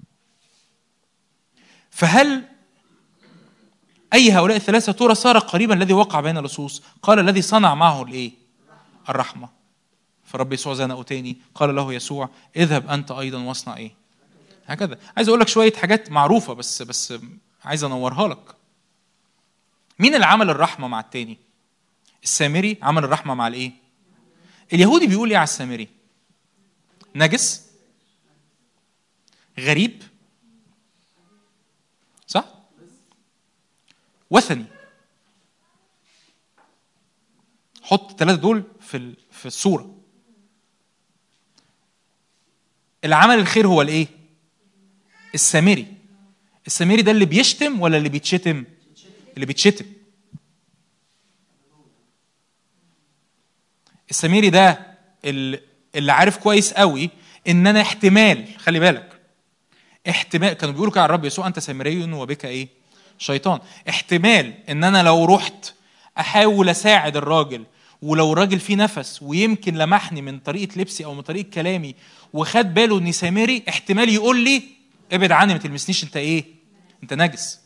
فهل أي هؤلاء الثلاثة ترى صار قريبا الذي وقع بين اللصوص؟ قال الذي صنع معه الايه؟ الرحمة. فرب يسوع زنقه تاني، قال له يسوع اذهب أنت أيضا واصنع ايه؟ هكذا. عايز أقول لك شوية حاجات معروفة بس عايز أنورها لك. مين اللي عمل الرحمة مع التاني؟ السامري عمل الرحمة مع الايه؟ اليهودي بيقول ايه على السامري؟ نجس، غريب، صح؟ وثني. حط الثلاثة دول في الصورة. العمل الخير هو الايه؟ السامري. السامري ده اللي بيشتم ولا اللي بيتشتم؟ اللي بيتشتم. السامري ده اللي عارف كويس قوي ان انا احتمال، خلي بالك، احتمال، كانوا بيقولوا كده على الرب يسوع انت سامري وبك ايه؟ شيطان. احتمال ان انا لو رحت احاول اساعد الراجل، ولو الراجل فيه نفس ويمكن لمحني من طريقه لبسي او من طريقه كلامي وخد باله اني سامري، احتمال يقول لي ابعد عني ما تلمسنيش، انت ايه؟ انت نجس.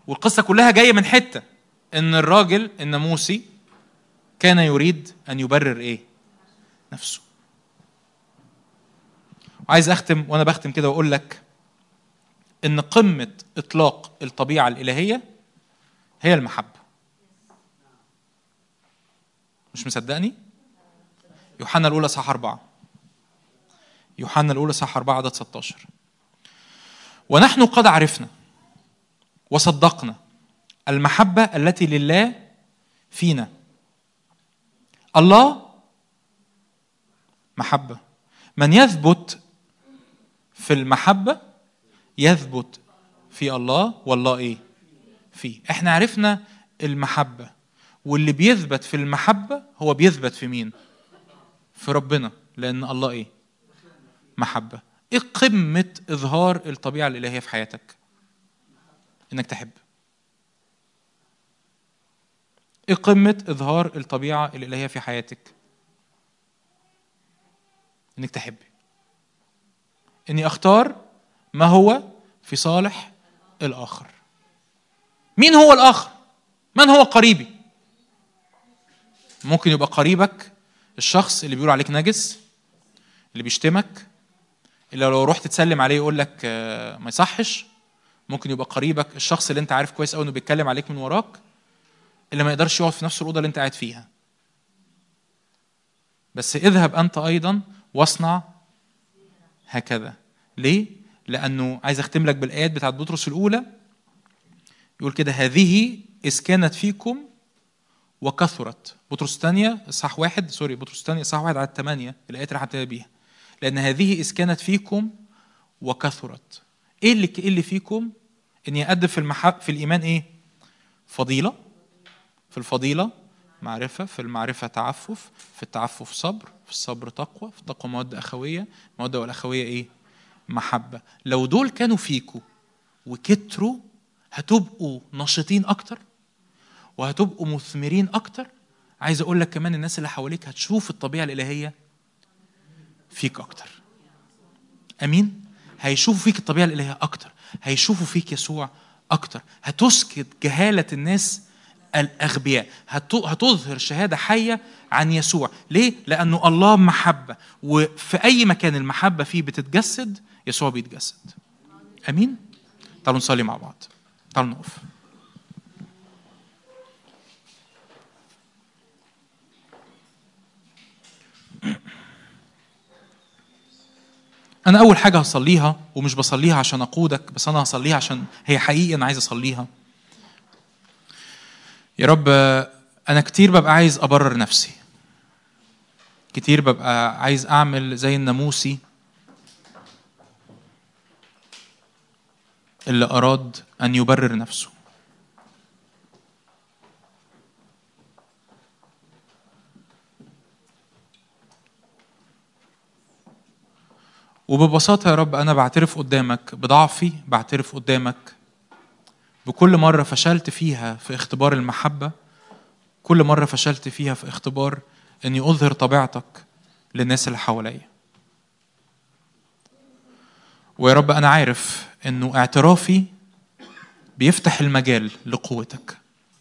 والقصة كلها جاية من حتة ان الراجل الناموسي كان يريد ان يبرر ايه؟ نفسه. وعايز اختم وانا بختم كده واقول لك ان قمة اطلاق الطبيعة الالهية هي المحبة. مش مصدقني؟ يوحنا الاولى صح 4. يوحنا الاولى صح 4 عدد 16. ونحن قد عرفنا وصدقنا المحبة التي لله فينا. الله محبة، من يثبت في المحبة يثبت في الله والله ايه؟ فيه. احنا عرفنا المحبة، واللي بيثبت في المحبة هو بيثبت في مين؟ في ربنا، لأن الله ايه؟ محبة. ايه قمة إظهار الطبيعة الإلهية في حياتك؟ إنك تحب. ايه قمة إظهار الطبيعة الإلهية في حياتك؟ إنك تحب. إني أختار ما هو في صالح الآخر. مين هو الآخر؟ من هو قريبي؟ ممكن يبقى قريبك الشخص اللي بيقول عليك نجس، اللي بيشتمك، اللي لو رحت تسلم عليه يقول لك ما يصحش. ممكن يبقى قريبك الشخص اللي انت عارف كويس قوي انه بيتكلم عليك من وراك، اللي ما يقدرش يقعد في نفس الأوضة اللي انت قاعد فيها. بس اذهب أنت أيضا واصنع هكذا. ليه؟ لأنه عايز أختم لك بالآيات بتاعت بطرس الأولى. يقول كده: هذه إذ كانت فيكم وكثرت. بطرس الثانية إصحاح 1 بطرس الثانية إصحاح 1 عدد 8 الآيات اللي هبتدي بيها. لأن هذه إذ كانت فيكم وكثرت. إيه اللي فيكم؟ إن يقدم في الإيمان إيه؟ فضيلة. في الفضيلة معرفة، في المعرفة تعفف، في التعفف صبر، في الصبر تقوى، في التقوى مودة أخوية، مودة والأخوية إيه؟ محبة. لو دول كانوا فيكم وكتروا هتبقوا نشطين أكتر وهتبقوا مثمرين أكتر. عايز أقول لك كمان الناس اللي حواليك هتشوف الطبيعة الإلهية فيك أكتر. أمين؟ هيشوفوا فيك الطبيعة الإلهية أكتر، هيشوفوا فيك يسوع أكتر. هتسكت جهالة الناس الأغبياء، هتظهر شهادة حية عن يسوع. ليه؟ لأنه الله محبة، وفي أي مكان المحبة فيه بتتجسد يسوع بيتجسد. أمين؟ تعالوا نصلي مع بعض. تعالوا نقف. أنا أول حاجة هصليها، ومش بصليها عشان أقودك، بس أنا هصليها عشان هي حقيقة أنا عايز أصليها. يا رب، أنا كتير ببقى عايز أبرر نفسي، كتير ببقى عايز أعمل زي الناموسي اللي أراد أن يبرر نفسه. وببساطة يا رب أنا بعترف قدامك بضعفي، بعترف قدامك بكل مرة فشلت فيها في اختبار المحبة، كل مرة فشلت فيها في اختبار أني أظهر طبيعتك للناس اللي حواليا. ويا رب أنا عارف أنه اعترافي بيفتح المجال لقوتك.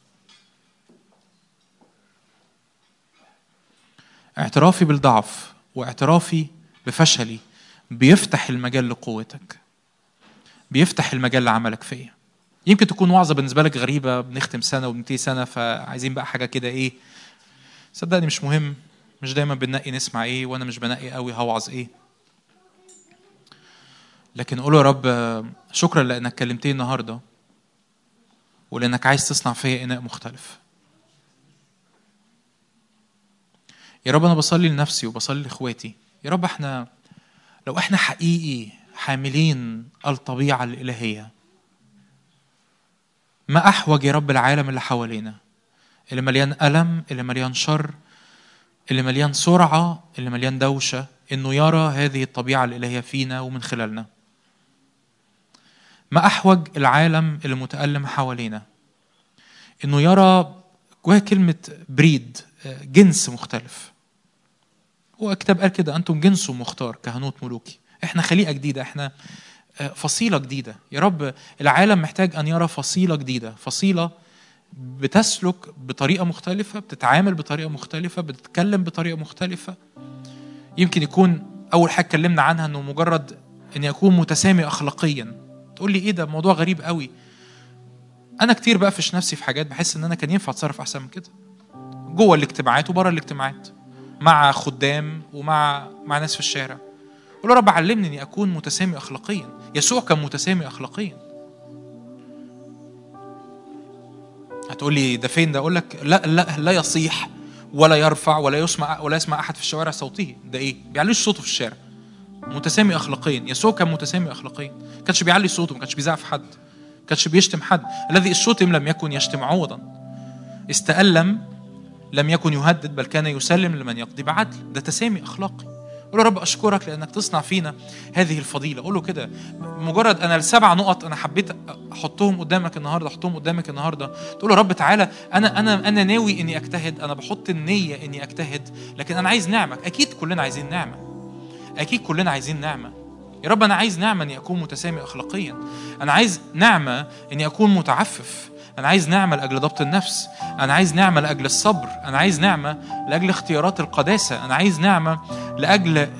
اعترافي بالضعف واعترافي بفشلي بيفتح المجال لقوتك، بيفتح المجال لعملك فيا. يمكن تكون وعظة بالنسبة لك غريبة، بنختم سنة وبننتهي سنة فعايزين بقى حاجة كده إيه. صدقني مش مهم، مش دايما بننقي نسمع إيه، وأنا مش بنقي قوي هوعظ إيه. لكن قول يا رب شكرا لأنك كلمتني النهاردة، ولأنك عايز تصنع فيا إناء مختلف. يا رب أنا بصلي لنفسي وبصلي لإخواتي. يا رب لو احنا حقيقي حاملين الطبيعة الإلهية، ما أحوج يا رب العالم اللي حوالينا، اللي مليان ألم، اللي مليان شر، اللي مليان سرعة، اللي مليان دوشة، إنه يرى هذه الطبيعة الإلهية فينا ومن خلالنا. ما أحوج العالم اللي متألم حوالينا إنه يرى جواها كلمة بريد، جنس مختلف. هو الكتاب قال كده: أنتم جنس مختار كهنوت ملوكي. إحنا خليقة جديدة، إحنا فصيلة جديدة. يا رب العالم محتاج أن يرى فصيلة جديدة، فصيلة بتسلك بطريقة مختلفة، بتتعامل بطريقة مختلفة، بتتكلم بطريقة مختلفة. يمكن يكون أول حاجة اتكلمنا عنها أنه مجرد أن يكون متسامي أخلاقيا. تقول لي إيه ده؟ موضوع غريب قوي. أنا كتير بقفش نفسي في حاجات بحس أن أنا كان ينفع أتصرف أحسن من كده، جوه الاجتماعات وبره الاجتماعات، مع خدام ومع ناس في الشارع. قول له رب علمني أني أكون متسامي أخلاقيا. يسوع كان متسامي أخلاقيا. هتقول لي ده فين ده؟ أقول لك لا يصيح ولا يرفع ولا يسمع أحد في الشوارع صوته. ده إيه؟ بيعليش صوته في الشارع. متسامي أخلاقيا. يسوع كان متسامي أخلاقيا، ما كانش بيعلي صوته، ما كانش بيزعف حد، ما كانش بيشتم حد. الذي الشتم لم يكن يشتم عوضا، استألم لم يكن يهدد بل كان يسلم لمن يقضي بعدل. ده تسامي أخلاقي. قول له رب أشكرك لأنك تصنع فينا هذه الفضيلة. قول له كده مجرد أنا ال7 نقط أنا حبيت أحطهم قدامك النهاردة، تقول له رب تعالى أنا ناوي إني أجتهد، أنا بحط النية إني أجتهد، لكن أنا عايز نعمة. أكيد كلنا عايزين نعمة. يا رب أنا عايز نعمة إني أكون متسامي أخلاقيا. أنا عايز نعمة إني أكون متعفف. أنا عايز نعمة لأجل ضبط النفس. أنا عايز نعمة لأجل الصبر. أنا عايز نعمة لأجل اختيارات القداسة. أنا عايز نعمة لأجل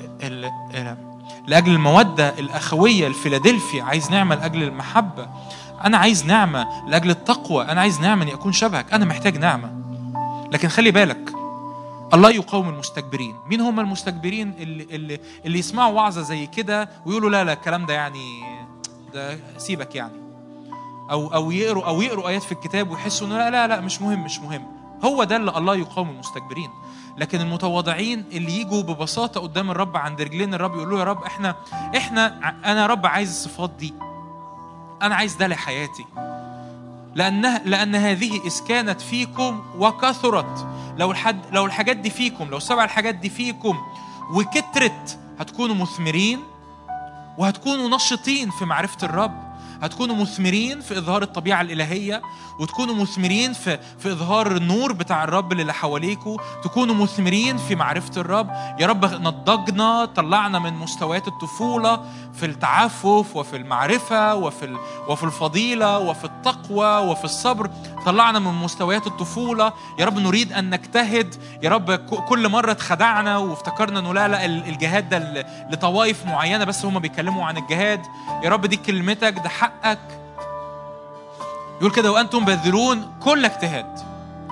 المودة الأخوية الفيلادلفيا. عايز نعمة لأجل المحبة. أنا عايز نعمة لأجل التقوى. أنا عايز نعمة أن يكون شبهك. أنا محتاج نعمة. لكن خلي بالك، الله يقاوم المستكبرين. مين هم المستكبرين؟ اللي يسمعوا وعظة زي كده ويقولوا لا الكلام ده يعني ده سيبك يعني، أو يقروا آيات في الكتاب ويحسوا إنه لا مش مهم. هو ده اللي الله يقاوم المستكبرين. لكن المتواضعين اللي يجوا ببساطة قدام الرب عند رجلين الرب يقولوا يا رب أنا رب عايز الصفات دي، أنا عايز ده لحياتي، لأن هذه إذ كانت فيكم وكثرت. لو الحاجات دي فيكم، لو 7 الحاجات دي فيكم وكترت، هتكونوا مثمرين وهتكونوا نشطين في معرفة الرب. هتكونوا مثمرين في إظهار الطبيعة الإلهية، وتكونوا مثمرين في إظهار النور بتاع الرب اللي حواليكوا. تكونوا مثمرين في معرفة الرب. يا رب نضجنا، طلعنا من مستويات الطفولة في التعفف وفي المعرفة وفي الفضيلة وفي التقوى وفي الصبر. طلعنا من مستويات الطفولة. يا رب نريد أن نجتهد. يا رب كل مرة اتخدعنا وافتكرنا أنه لا الجهاد ده لطوائف معينة بس هم بيتكلموا عن الجهاد. يا رب دي كلمتك، ده حقك. يقول كده وأنتم بذلون كل اجتهاد.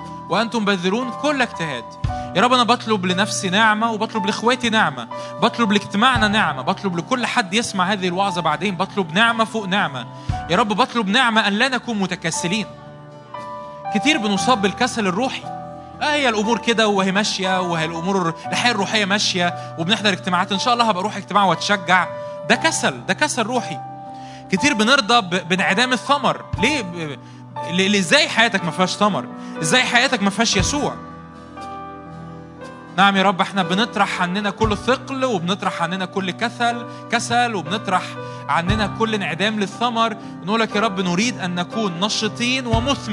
يا رب أنا بطلب لنفسي نعمة، وبطلب لإخواتي نعمة، بطلب لاجتماعنا نعمة، بطلب لكل حد يسمع هذه الوعظة بعدين، بطلب نعمة فوق نعمة. يا رب بطلب نعمة أن لا نكون متكاسلين. كتير بنصاب بالكسل الروحي. هي الأمور كده وهي ماشية، وهي الأمور الحياة الروحية ماشية، وبنحضر اجتماعات إن شاء الله هبقى أروح اجتماع واتشجع. ده كسل روحي. كتير بنرضى بانعدام الثمر. ليه ازاي حياتك ما فيهاش ثمر؟ ازاي حياتك ما فيهاش يسوع؟ نعم يا رب، احنا بنطرح عننا كل ثقل، وبنطرح عننا كل كسل، وبنطرح عننا كل انعدام للثمر. نقول لك يا رب نريد ان نكون نشطين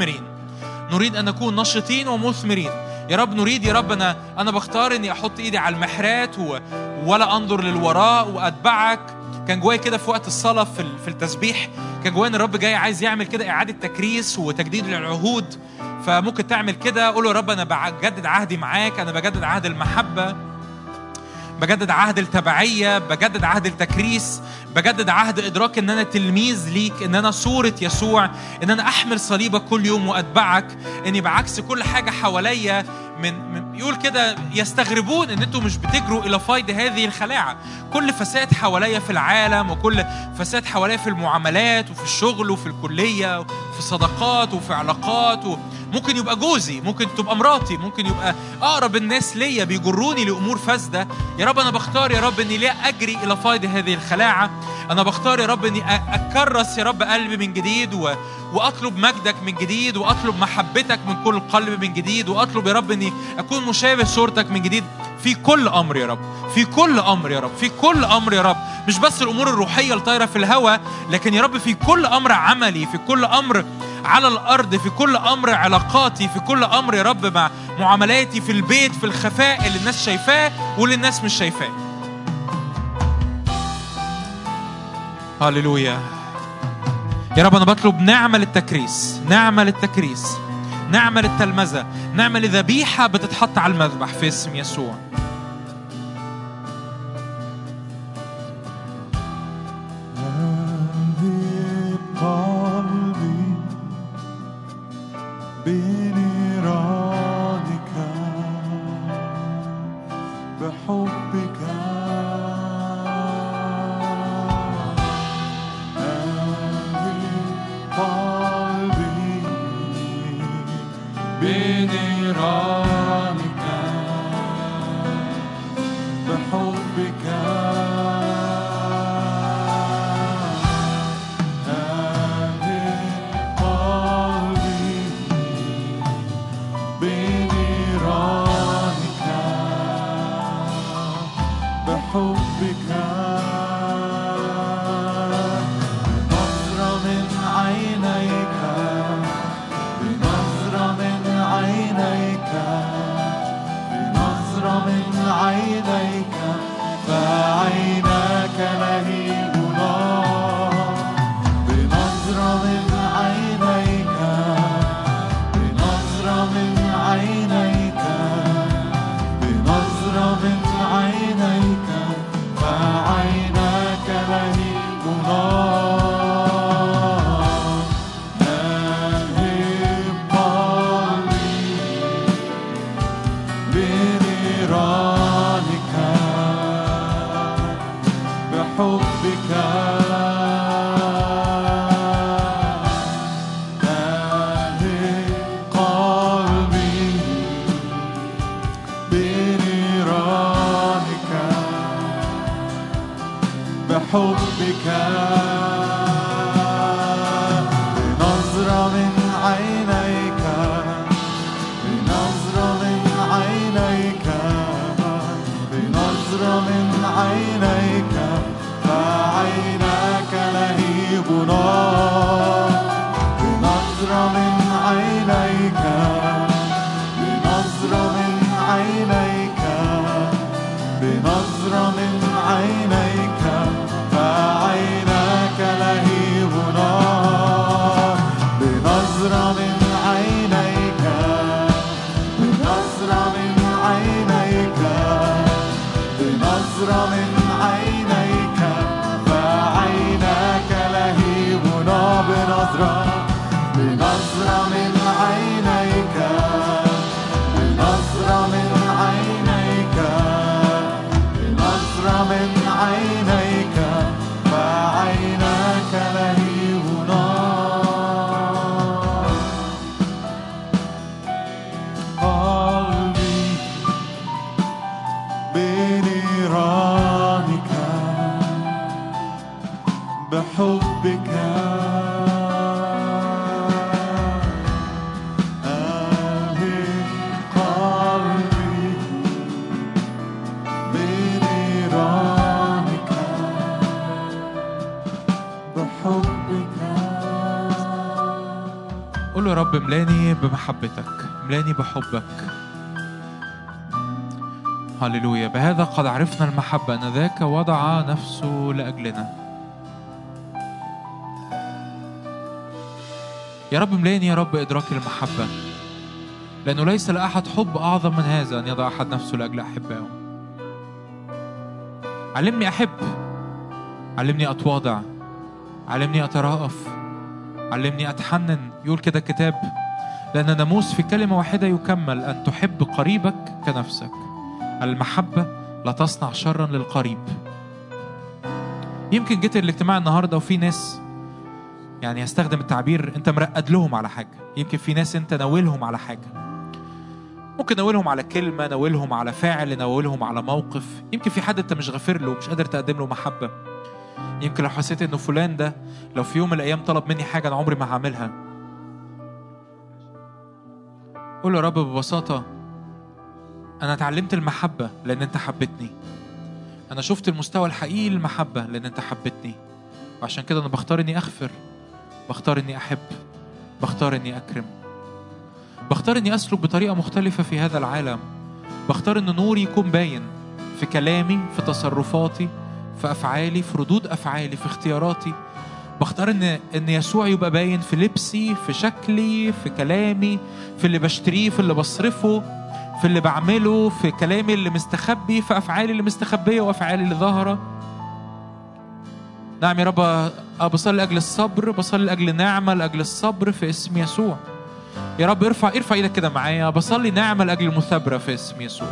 ومثمرين. يا رب نريد، يا رب انا بختار اني احط ايدي على المحرات ولا انظر للوراء واتبعك. كان جوايا كده في وقت الصلاة في التسبيح، كان جوايا ان الرب جاي عايز يعمل كده إعادة تكريس وتجديد للعهود. فممكن تعمل كده، قول له يا رب أنا بجدد عهدي معاك، أنا بجدد عهد المحبة، بجدد عهد التبعية، بجدد عهد التكريس، بجدد عهد إدراك إن أنا تلميذ ليك، إن أنا صورة يسوع، إن أنا أحمل صليبك كل يوم وأتبعك، إني بعكس كل حاجة حواليا من يقول كده يستغربون إن أنتم مش بتجروا إلى فايد هذه الخلاعة. كل فساد حواليا في العالم، وكل فساد حواليا في المعاملات وفي الشغل وفي الكلية وفي صداقات وفي علاقات، ممكن يبقى جوزي، ممكن تبقى مراتي، ممكن يبقى أقرب الناس ليا بيجروني لأمور فاسدة. يا رب أنا بختار يا رب إني لا أجري إلى فايد هذه الخلاعة. أنا بختار يا رب إني أكرس يا رب قلبي من جديد، وأطلب مجدك من جديد، وأطلب محبتك من كل قلب من جديد، وأطلب يا رب إني أكون مشابه صورتك من جديد في كل أمر يا رب، في كل أمر يا رب، في كل أمر يا رب. مش بس الأمور الروحية الطايرة في الهواء، لكن يا رب في كل أمر عملي، في كل أمر على الأرض، في كل أمر علاقاتي، في كل أمر يا رب مع معاملاتي في البيت، في الخفاء اللي الناس شايفاه واللي الناس مش شايفاه. هللويا. يا رب أنا بطلب نعمة للتكريس، نعمة للتكريس، نعمة للتلمذة، نعمة لذبيحة بتتحط على المذبح في اسم يسوع. املاني بمحبتك، املاني بحبك. هللويا. بهذا قد عرفنا المحبة أن ذاك وضع نفسه لأجلنا. يا رب املاني يا رب إدراك المحبة، لأنه ليس لأحد حب أعظم من هذا أن يضع أحد نفسه لأجل أحبائه. علمني أحب، علمني أتواضع، علمني أترأف، علمني أتحنن. يقول كده الكتاب: لأن ناموس في كلمة واحدة يكمل، أن تحب قريبك كنفسك. المحبة لا تصنع شرا للقريب. يمكن جيت الاجتماع النهاردة وفي ناس، يعني هستخدم التعبير، أنت مرقد لهم على حاجة. يمكن في ناس أنت ناولهم على حاجة، ممكن ناولهم على كلمة، ناولهم على فاعل، ناولهم على موقف. يمكن في حد أنت مش غافر له، مش قادر تقدم له محبة. يمكن لو حسيت إنه فلان ده لو في يوم من الأيام طلب مني حاجة أنا عمري ما هعملها، قول يا رب ببساطة: أنا اتعلمت المحبة لأن أنت حبتني. أنا شفت المستوى الحقيقي للمحبة لأن أنت حبتني، وعشان كده أنا بختار إني أغفر، بختار إني أحب، بختار إني أكرم، بختار إني أسلك بطريقة مختلفة في هذا العالم. بختار إن نوري يكون باين في كلامي، في تصرفاتي، في أفعالي، في ردود أفعالي، في اختياراتي. بختار إن يسوع يبقى باين في لبسي، في شكلي، في كلامي، في اللي بشتريه، في اللي بصرفه، في اللي بعمله، في كلامي اللي مستخبي، في أفعالي اللي مستخبية وأفعالي اللي ظاهرة. نعم يا رب، بصلي لأجل الصبر، بصلي لأجل نعمة لأجل الصبر في اسم يسوع. يا رب ارفع ايدك كده معايا. بصلي نعمة لأجل المثابرة في اسم يسوع.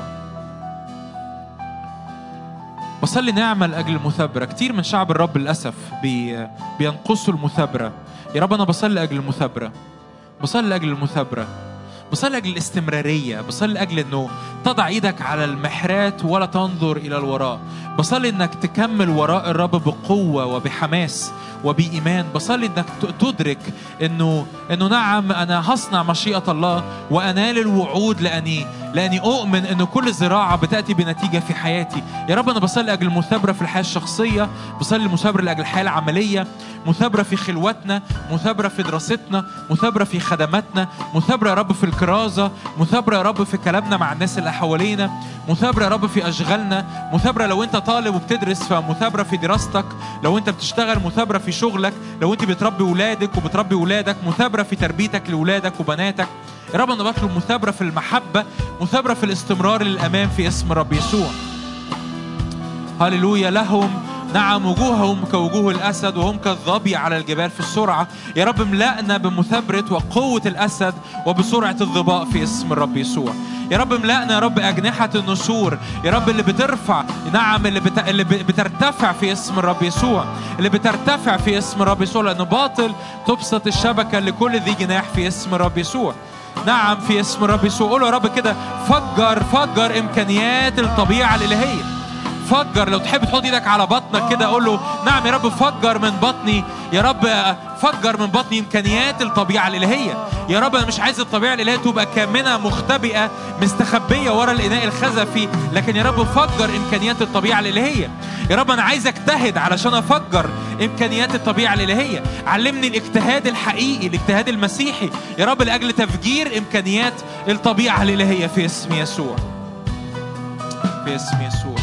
بصلي نعمة لأجل المثابرة. كتير من شعب الرب للأسف بينقصوا المثابرة. يا رب أنا بصلي لأجل المثابرة، بصلي لأجل المثابرة، بصلي لأجل الاستمرارية، بصلي لأجل أنه تضع إيدك على المحرات ولا تنظر إلى الوراء. بصلي أنك تكمل وراء الرب بقوة وبحماس وبإيمان. بصلي أنك تدرك أنه نعم أنا هصنع مشيئة الله وأنال الوعود، لأني أؤمن أنه كل زراعة بتأتي بنتيجة في حياتي. يا رب أنا بصلي لأجل المثابرة في الحياة الشخصية، بصلي المثابرة لأجل الحياة العملية، مثابرة في خلوتنا، مثابرة في دراستنا، مثابرة في خدماتنا، مثابرة يا رب في الكرازة، مثابرة يا رب في كلامنا مع الناس اللي حوالينا، مثابرة يا رب في أشغالنا، مثابرة لو أنت طالب وبتدرس فمثابرة في دراستك، لو أنت بتشتغل مثابرة في شغلك، لو أنت بتربي ولادك وبتربي ولادك مثابرة في تربيتك لولادك وبناتك. يا رب أنا بطلب مثابرة في المحبة، مثابرة في الاستمرار للأمام في اسم الرب يسوع. هاليلويا. لهم نعم وجوههم كوجوه الأسد وهم كالظبي على الجبال في السرعة. يا رب املأنا بمثابرة وقوة الأسد وبسرعة الظباء في اسم الرب يسوع. يا رب املأنا يا رب أجنحة النسور، يا رب اللي بترفع، نعم اللي بترتفع في اسم الرب يسوع، اللي بترتفع في اسم الرب يسوع، لأنه باطل تبسط الشبكة لكل ذي جناح في اسم الرب يسوع. نعم في اسم الرب يسوع. قولوا يا رب كده، فجر إمكانيات الطبيعة الإلهية. فجر. لو تحب تحط ايدك على بطنك كده قول له نعم يا رب، فجر من بطني يا رب، فجر من بطني امكانيات الطبيعه الالهيه. يا رب انا مش عايز الطبيعه الالهيه تبقى كامنه مختبئه مستخبيه ورا الاناء الخزفي، لكن يا رب فجر امكانيات الطبيعه الالهيه. يا رب انا عايز اجتهد علشان افجر امكانيات الطبيعه الالهيه. علمني الاجتهاد الحقيقي، الاجتهاد المسيحي يا رب لاجل تفجير امكانيات الطبيعه الالهيه في اسم يسوع، في اسم يسوع.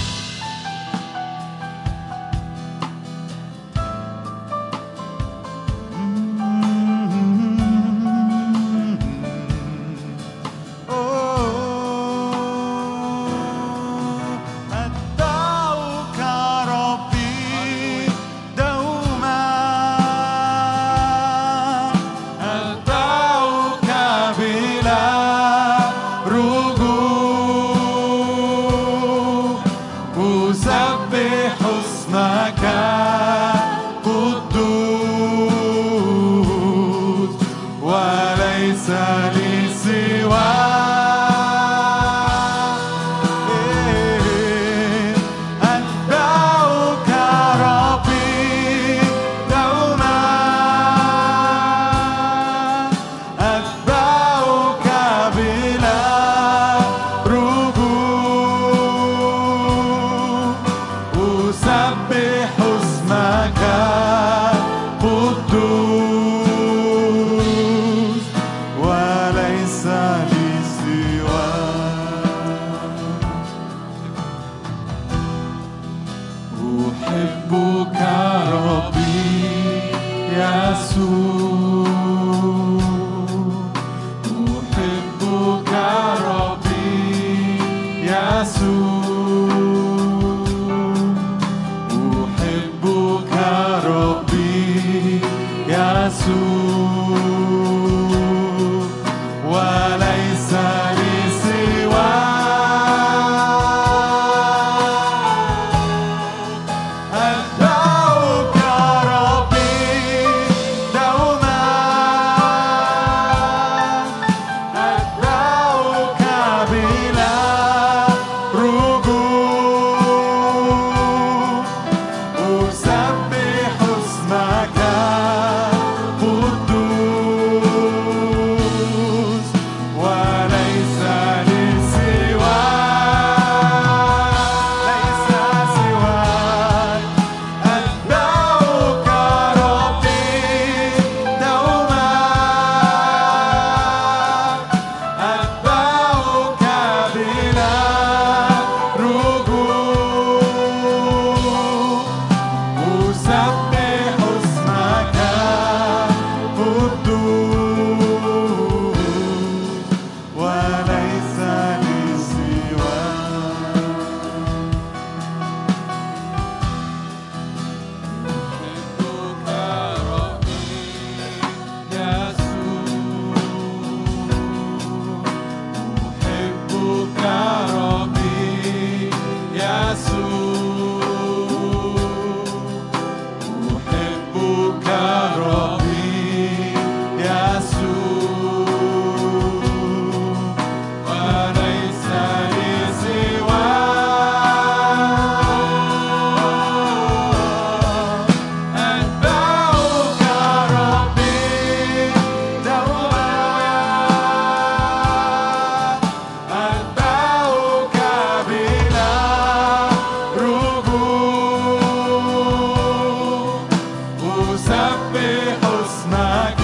اسمك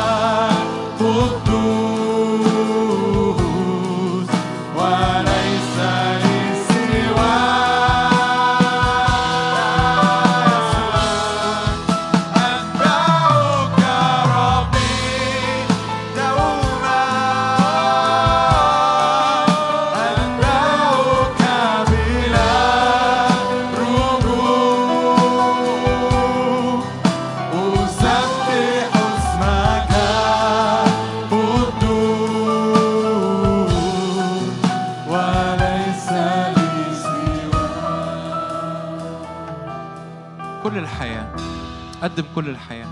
قدوس وليس لي سواك أتبعك ربي دوما أتبعك بلا رجوع أسبح اسمك قدوس وليس لي سواك. كل الحياة قدم كل الحياة،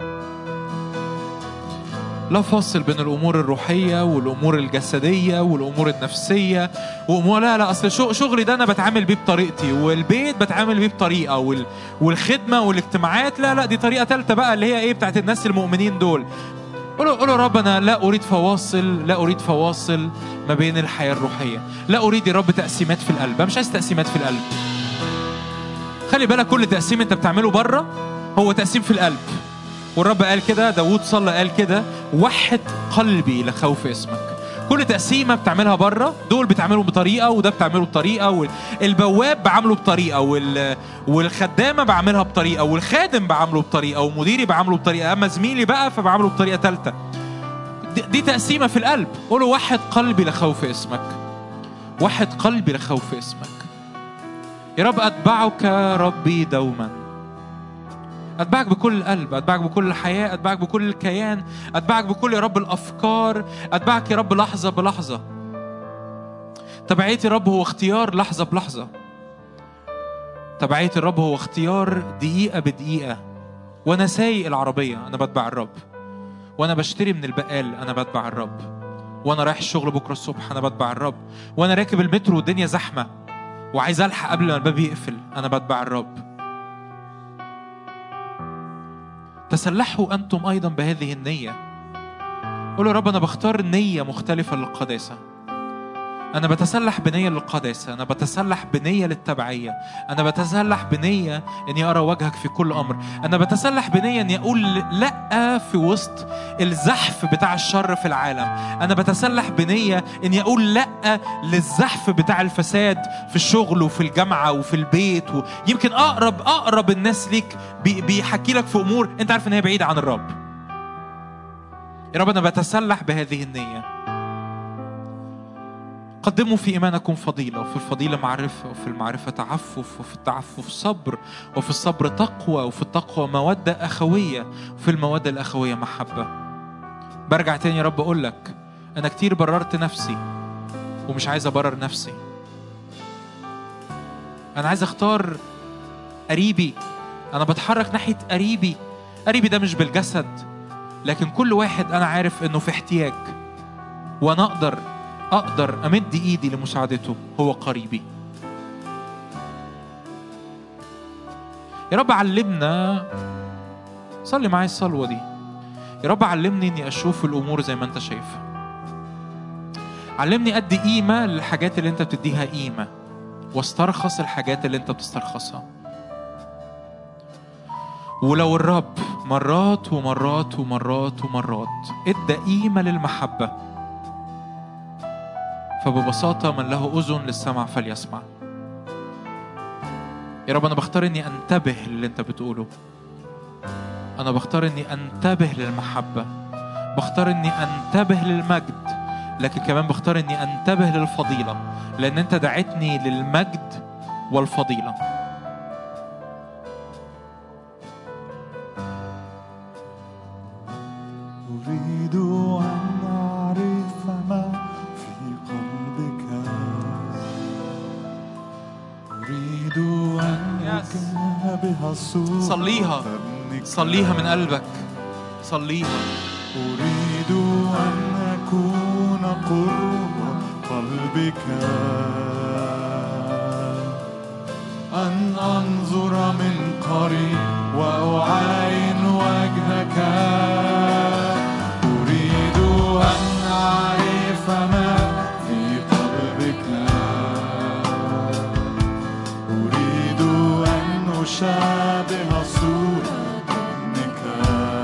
لا فاصل بين الأمور الروحية والأمور الجسدية والأمور النفسية وأمور لا أصل شغلي ده أنا بتعامل بيه بطريقتي، والبيت بتعامل بيه بطريقة، والخدمة والاجتماعات لا دي طريقة تالتة بقى اللي هي إيه بتاعت الناس المؤمنين دول. قولوا رب أنا لا أريد فواصل ما بين الحياة الروحية، لا أريد يا رب تقسيمات في القلب، أنا مش عايز تقسيمات في القلب. خلي بالك كل تقسيم أنت بتعمله بره هو تقسيم في القلب، والرب قال كده، داود صلى قال كده وحد قلبي لخوف اسمك. كل تقسيمة بتعملها بره دول بتعمله بطريقة وده بتعمله بطريقة، والبواب بعمله بطريقة والخدامة بعملها بطريقة والخادم بعمله بطريقة ومديري بعمله بطريقة، أما زميلي بقى فبعمله بطريقة ثالثة. دي تقسيمة في القلب. قولوا وحد قلبي لخوف اسمك، وحد قلبي لخوف اسمك. يا رب أتبعك ربي دوما، أتبعك بكل القلب، أتبعك بكل الحياة، أتبعك بكل الكيان، أتبعك بكل يا رب الأفكار، أتبعك يا رب لحظة بلحظة. تبعية الرب هو اختيار لحظة بلحظة، تبعية الرب هو اختيار دقيقة بدقيقة. وأنا سايق العربية أنا بتبع الرب، وأنا بشتري من البقال أنا بتبع الرب، وأنا رايح الشغل بكرة الصبح أنا بتبع الرب، وأنا راكب المترو والدنيا زحمة وعايز ألحق قبل ما الباب يقفل أنا بتبع الرب. تسلحوا أنتم أيضا بهذه النية. قولوا رب أنا بختار نية مختلفة للقداسة، أنا بتسلح بنية للقداسة، أنا بتسلح بنية للتبعية، أنا بتسلح بنية أني أرى وجهك في كل أمر، أنا بتسلح بنية أني أقول لأ في وسط الزحف بتاع الشر في العالم، أنا بتسلح بنية أني أقول لأ للزحف بتاع الفساد في الشغل وفي الجامعة وفي البيت، ويمكن أقرب الناس ليك بيحكي لك في أمور أنت عارف أن هي بعيدة عن الرب. يا رب أنا بتسلح بهذه النية. قدموا في إيمانكم فضيلة، وفي الفضيلة معرفة، وفي المعرفة تعفف، وفي التعفف صبر، وفي الصبر تقوى، وفي التقوى مودة أخوية، وفي المودة الأخوية محبة. برجع تاني يا رب أقول لك أنا كتير بررت نفسي ومش عايز أبرر نفسي. أنا عايز أختار قريبي، أنا بتحرك ناحية قريبي. قريبي ده مش بالجسد، لكن كل واحد أنا عارف إنه في احتياج وأنا أقدر أمد إيدي لمساعدته، هو قريبي. يا رب علمنا، صلي معايا الصلوة دي. يا رب علمني إني أشوف الأمور زي ما أنت شايفها. علمني أدي قيمة للحاجات اللي أنت بتديها قيمة، واسترخص الحاجات اللي أنت بتسترخصها. ولو الرب مرات ومرات ومرات ومرات ادى قيمة للمحبة، فببساطة من له أذن للسمع فليسمع. يا رب أنا بختار أني أنتبه للي أنت بتقوله، أنا بختار أني أنتبه للمحبة، بختار أني أنتبه للمجد، لكن كمان بختار أني أنتبه للفضيلة، لأن أنت دعيتني للمجد والفضيلة. أريد أن أعرف ما في قلبك، أريد أن أكون بها صورة صليها من قلبك، صليها. أريد أن أكون قرب قلبك، أن أنظر من قريب وأعاين وجهك. أريد أن أعرف ما في قلبك، أريد أن أشابه صورة ابنك.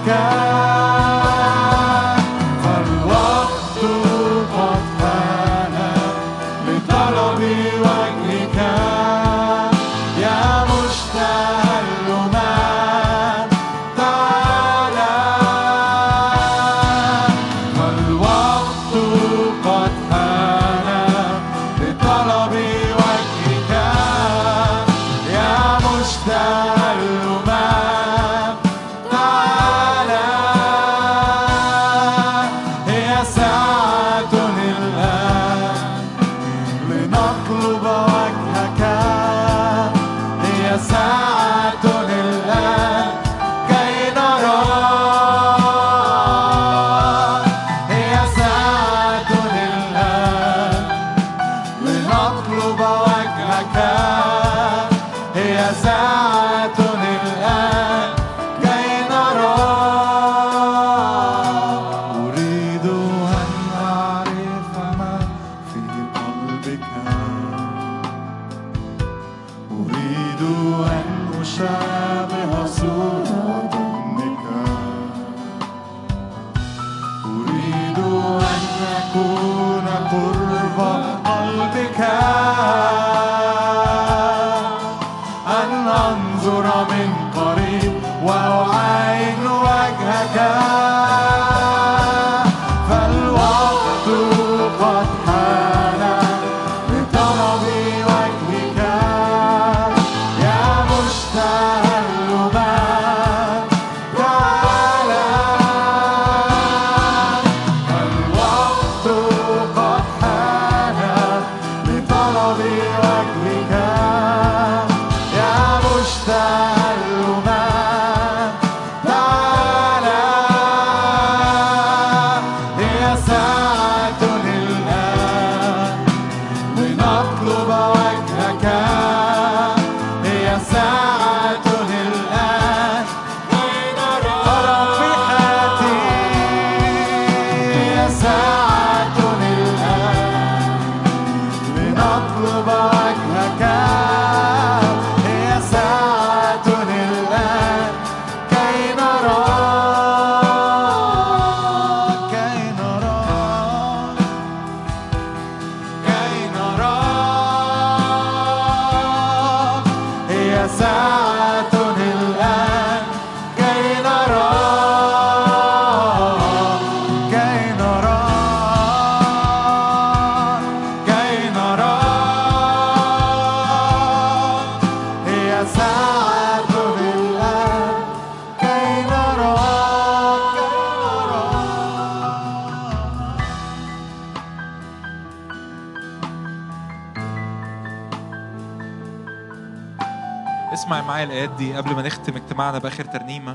اسمع معايا الآيات دي قبل ما نختم اجتماعنا بآخر ترنيمة.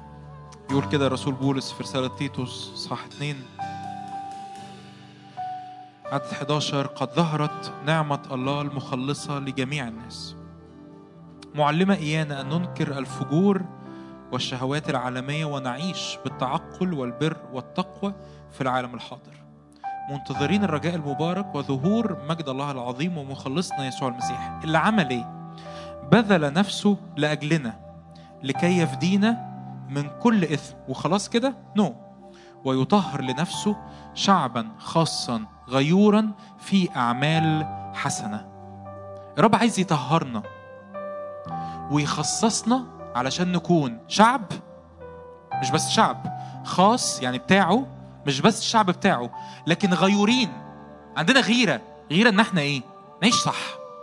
يقول كده الرسول بولس في رسالة تيتوس صح 2 عدد 11: قد ظهرت نعمة الله المخلصة لجميع الناس، معلمة إيانا أن ننكر الفجور والشهوات العالمية ونعيش بالتعقل والبر والتقوى في العالم الحاضر، منتظرين الرجاء المبارك وظهور مجد الله العظيم ومخلصنا يسوع المسيح، اللي عمل إيه؟ بذل نفسه لأجلنا لكي يفدينا من كل إثم. وخلاص كده؟ ويطهر لنفسه شعبا خاصا غيورا في أعمال حسنة. الرب عايز يطهرنا ويخصصنا علشان نكون شعب، مش بس شعب خاص يعني بتاعه، مش بس الشعب بتاعه، لكن غيورين. عندنا غيرة ان احنا ايه؟ نعيش صح.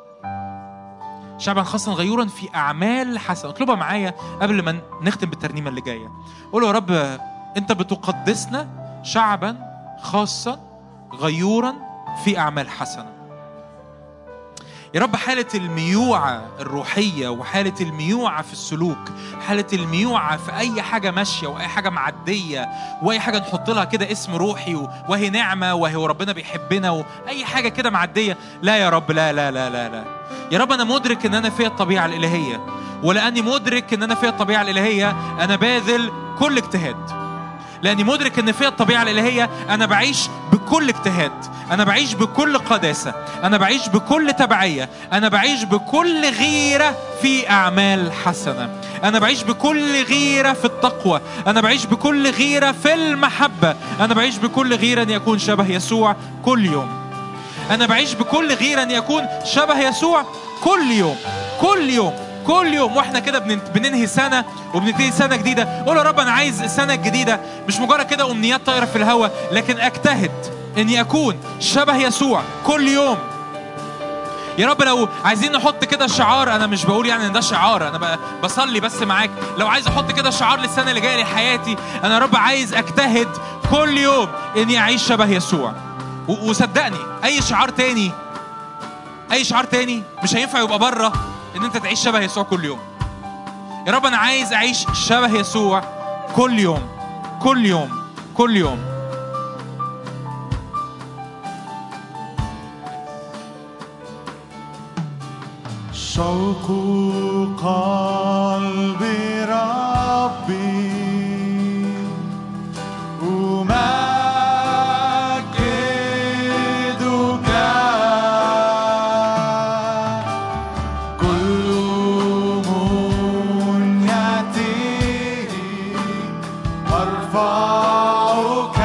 شعبا خاصا غيورا في أعمال حسنة. اطلبها معايا قبل ما نختم بالترنيمة اللي جاية. قولوا يا رب انت بتقدسنا شعبا خاصا غيورا في أعمال حسنة. يا رب حالة الميوعة الروحية وحالة الميوعة في السلوك، حالة الميوعة في أي حاجة ماشية وأي حاجة معدية وأي حاجة نحط لها كده اسم روحي وهي نعمة وهي ربنا بيحبنا وأي حاجة كده معدية، لا يا رب، لا لا لا لا لا. يا رب أنا مدرك أن أنا فيها الطبيعة الإلهية، ولأني مدرك أن أنا فيها الطبيعة الإلهية أنا باذل كل اجتهاد. لأني مدرك أن فيها الطبيعة الإلهية أنا بعيش بكل اجتهاد، أنا بعيش بكل قداسة، أنا بعيش بكل تبعية، أنا بعيش بكل غيرة في أعمال حسنة. أنا بعيش بكل غيرة في التقوى، أنا بعيش بكل غيرة في المحبة، أنا بعيش بكل غيرة أن يكون شبه يسوع كل يوم. أنا بعيش بكل غيرة أن يكون شبه يسوع كل يوم كل يوم كل يوم. واحنا كده بننهي سنة وبنبتدي سنة جديدة، قول يا رب أنا عايز السنة الجديدة مش مجرد كده أمنيات طايرة في الهواء، لكن أجتهد إني أكون شبه يسوع كل يوم. يا رب لو عايزين نحط كده شعار، أنا مش بقول يعني إن ده شعار، أنا بصلي بس معاك. لو عايز أحط كده شعار للسنة اللي جاية لحياتي، أنا يا رب عايز أجتهد كل يوم إني أعيش شبه يسوع. وصدقني أي شعار تاني مش هينفع يبقى بره إن أنت تعيش شبه يسوع كل يوم. يا رب أنا عايز أعيش شبه يسوع كل يوم كل يوم كل يوم. شوق قلبي ربي أمجدك، كل منيتي أرفعك،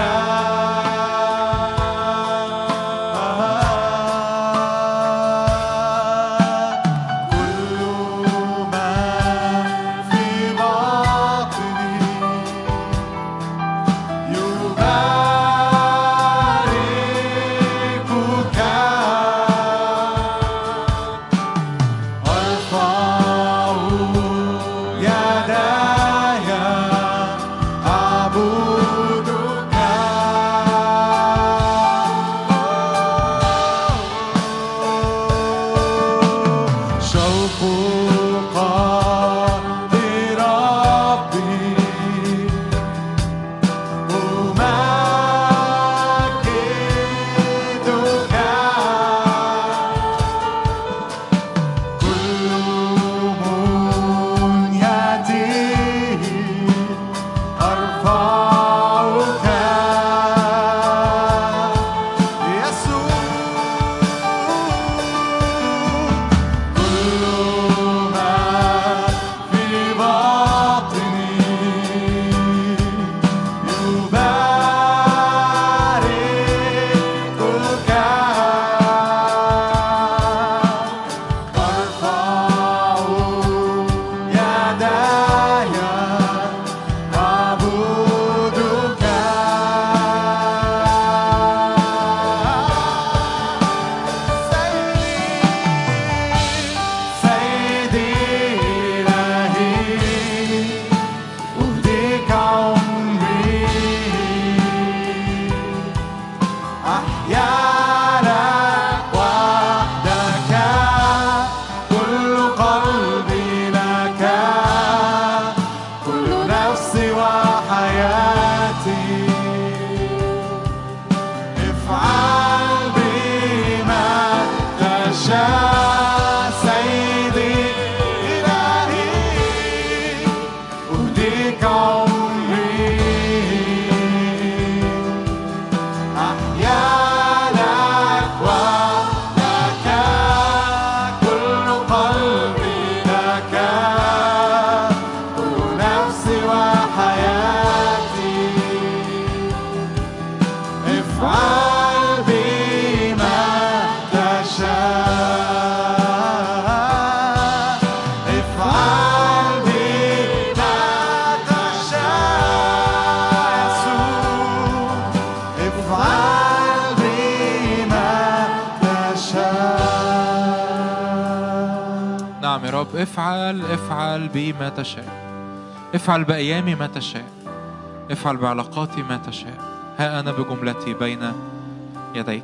افعل بي ما تشاء، افعل بأيامي ما تشاء، افعل بعلاقاتي ما تشاء، ها أنا بجملتي بين يديك.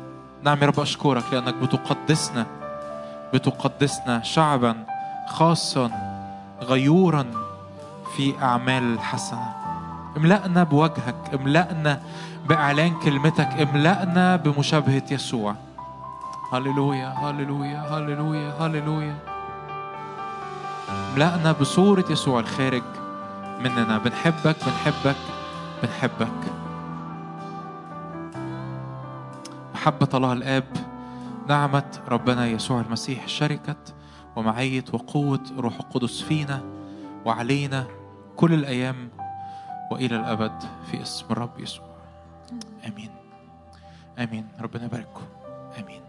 نعم يا رب، أشكرك لأنك بتقدسنا شعبا خاصا غيورا في أعمال الحسنة. املأنا بوجهك، املأنا بإعلان كلمتك، املأنا بمشابهة يسوع. هللويا هللويا هللويا هللويا. املأنا بصورة يسوع الخارج مننا. بنحبك بنحبك بنحبك. محبة الله الآب، نعمة ربنا يسوع المسيح، شركة ومعية وقوة روح القدس فينا وعلينا كل الأيام وإلى الأبد في اسم الرب يسوع. آمين. آمين. ربنا يبارككم. آمين.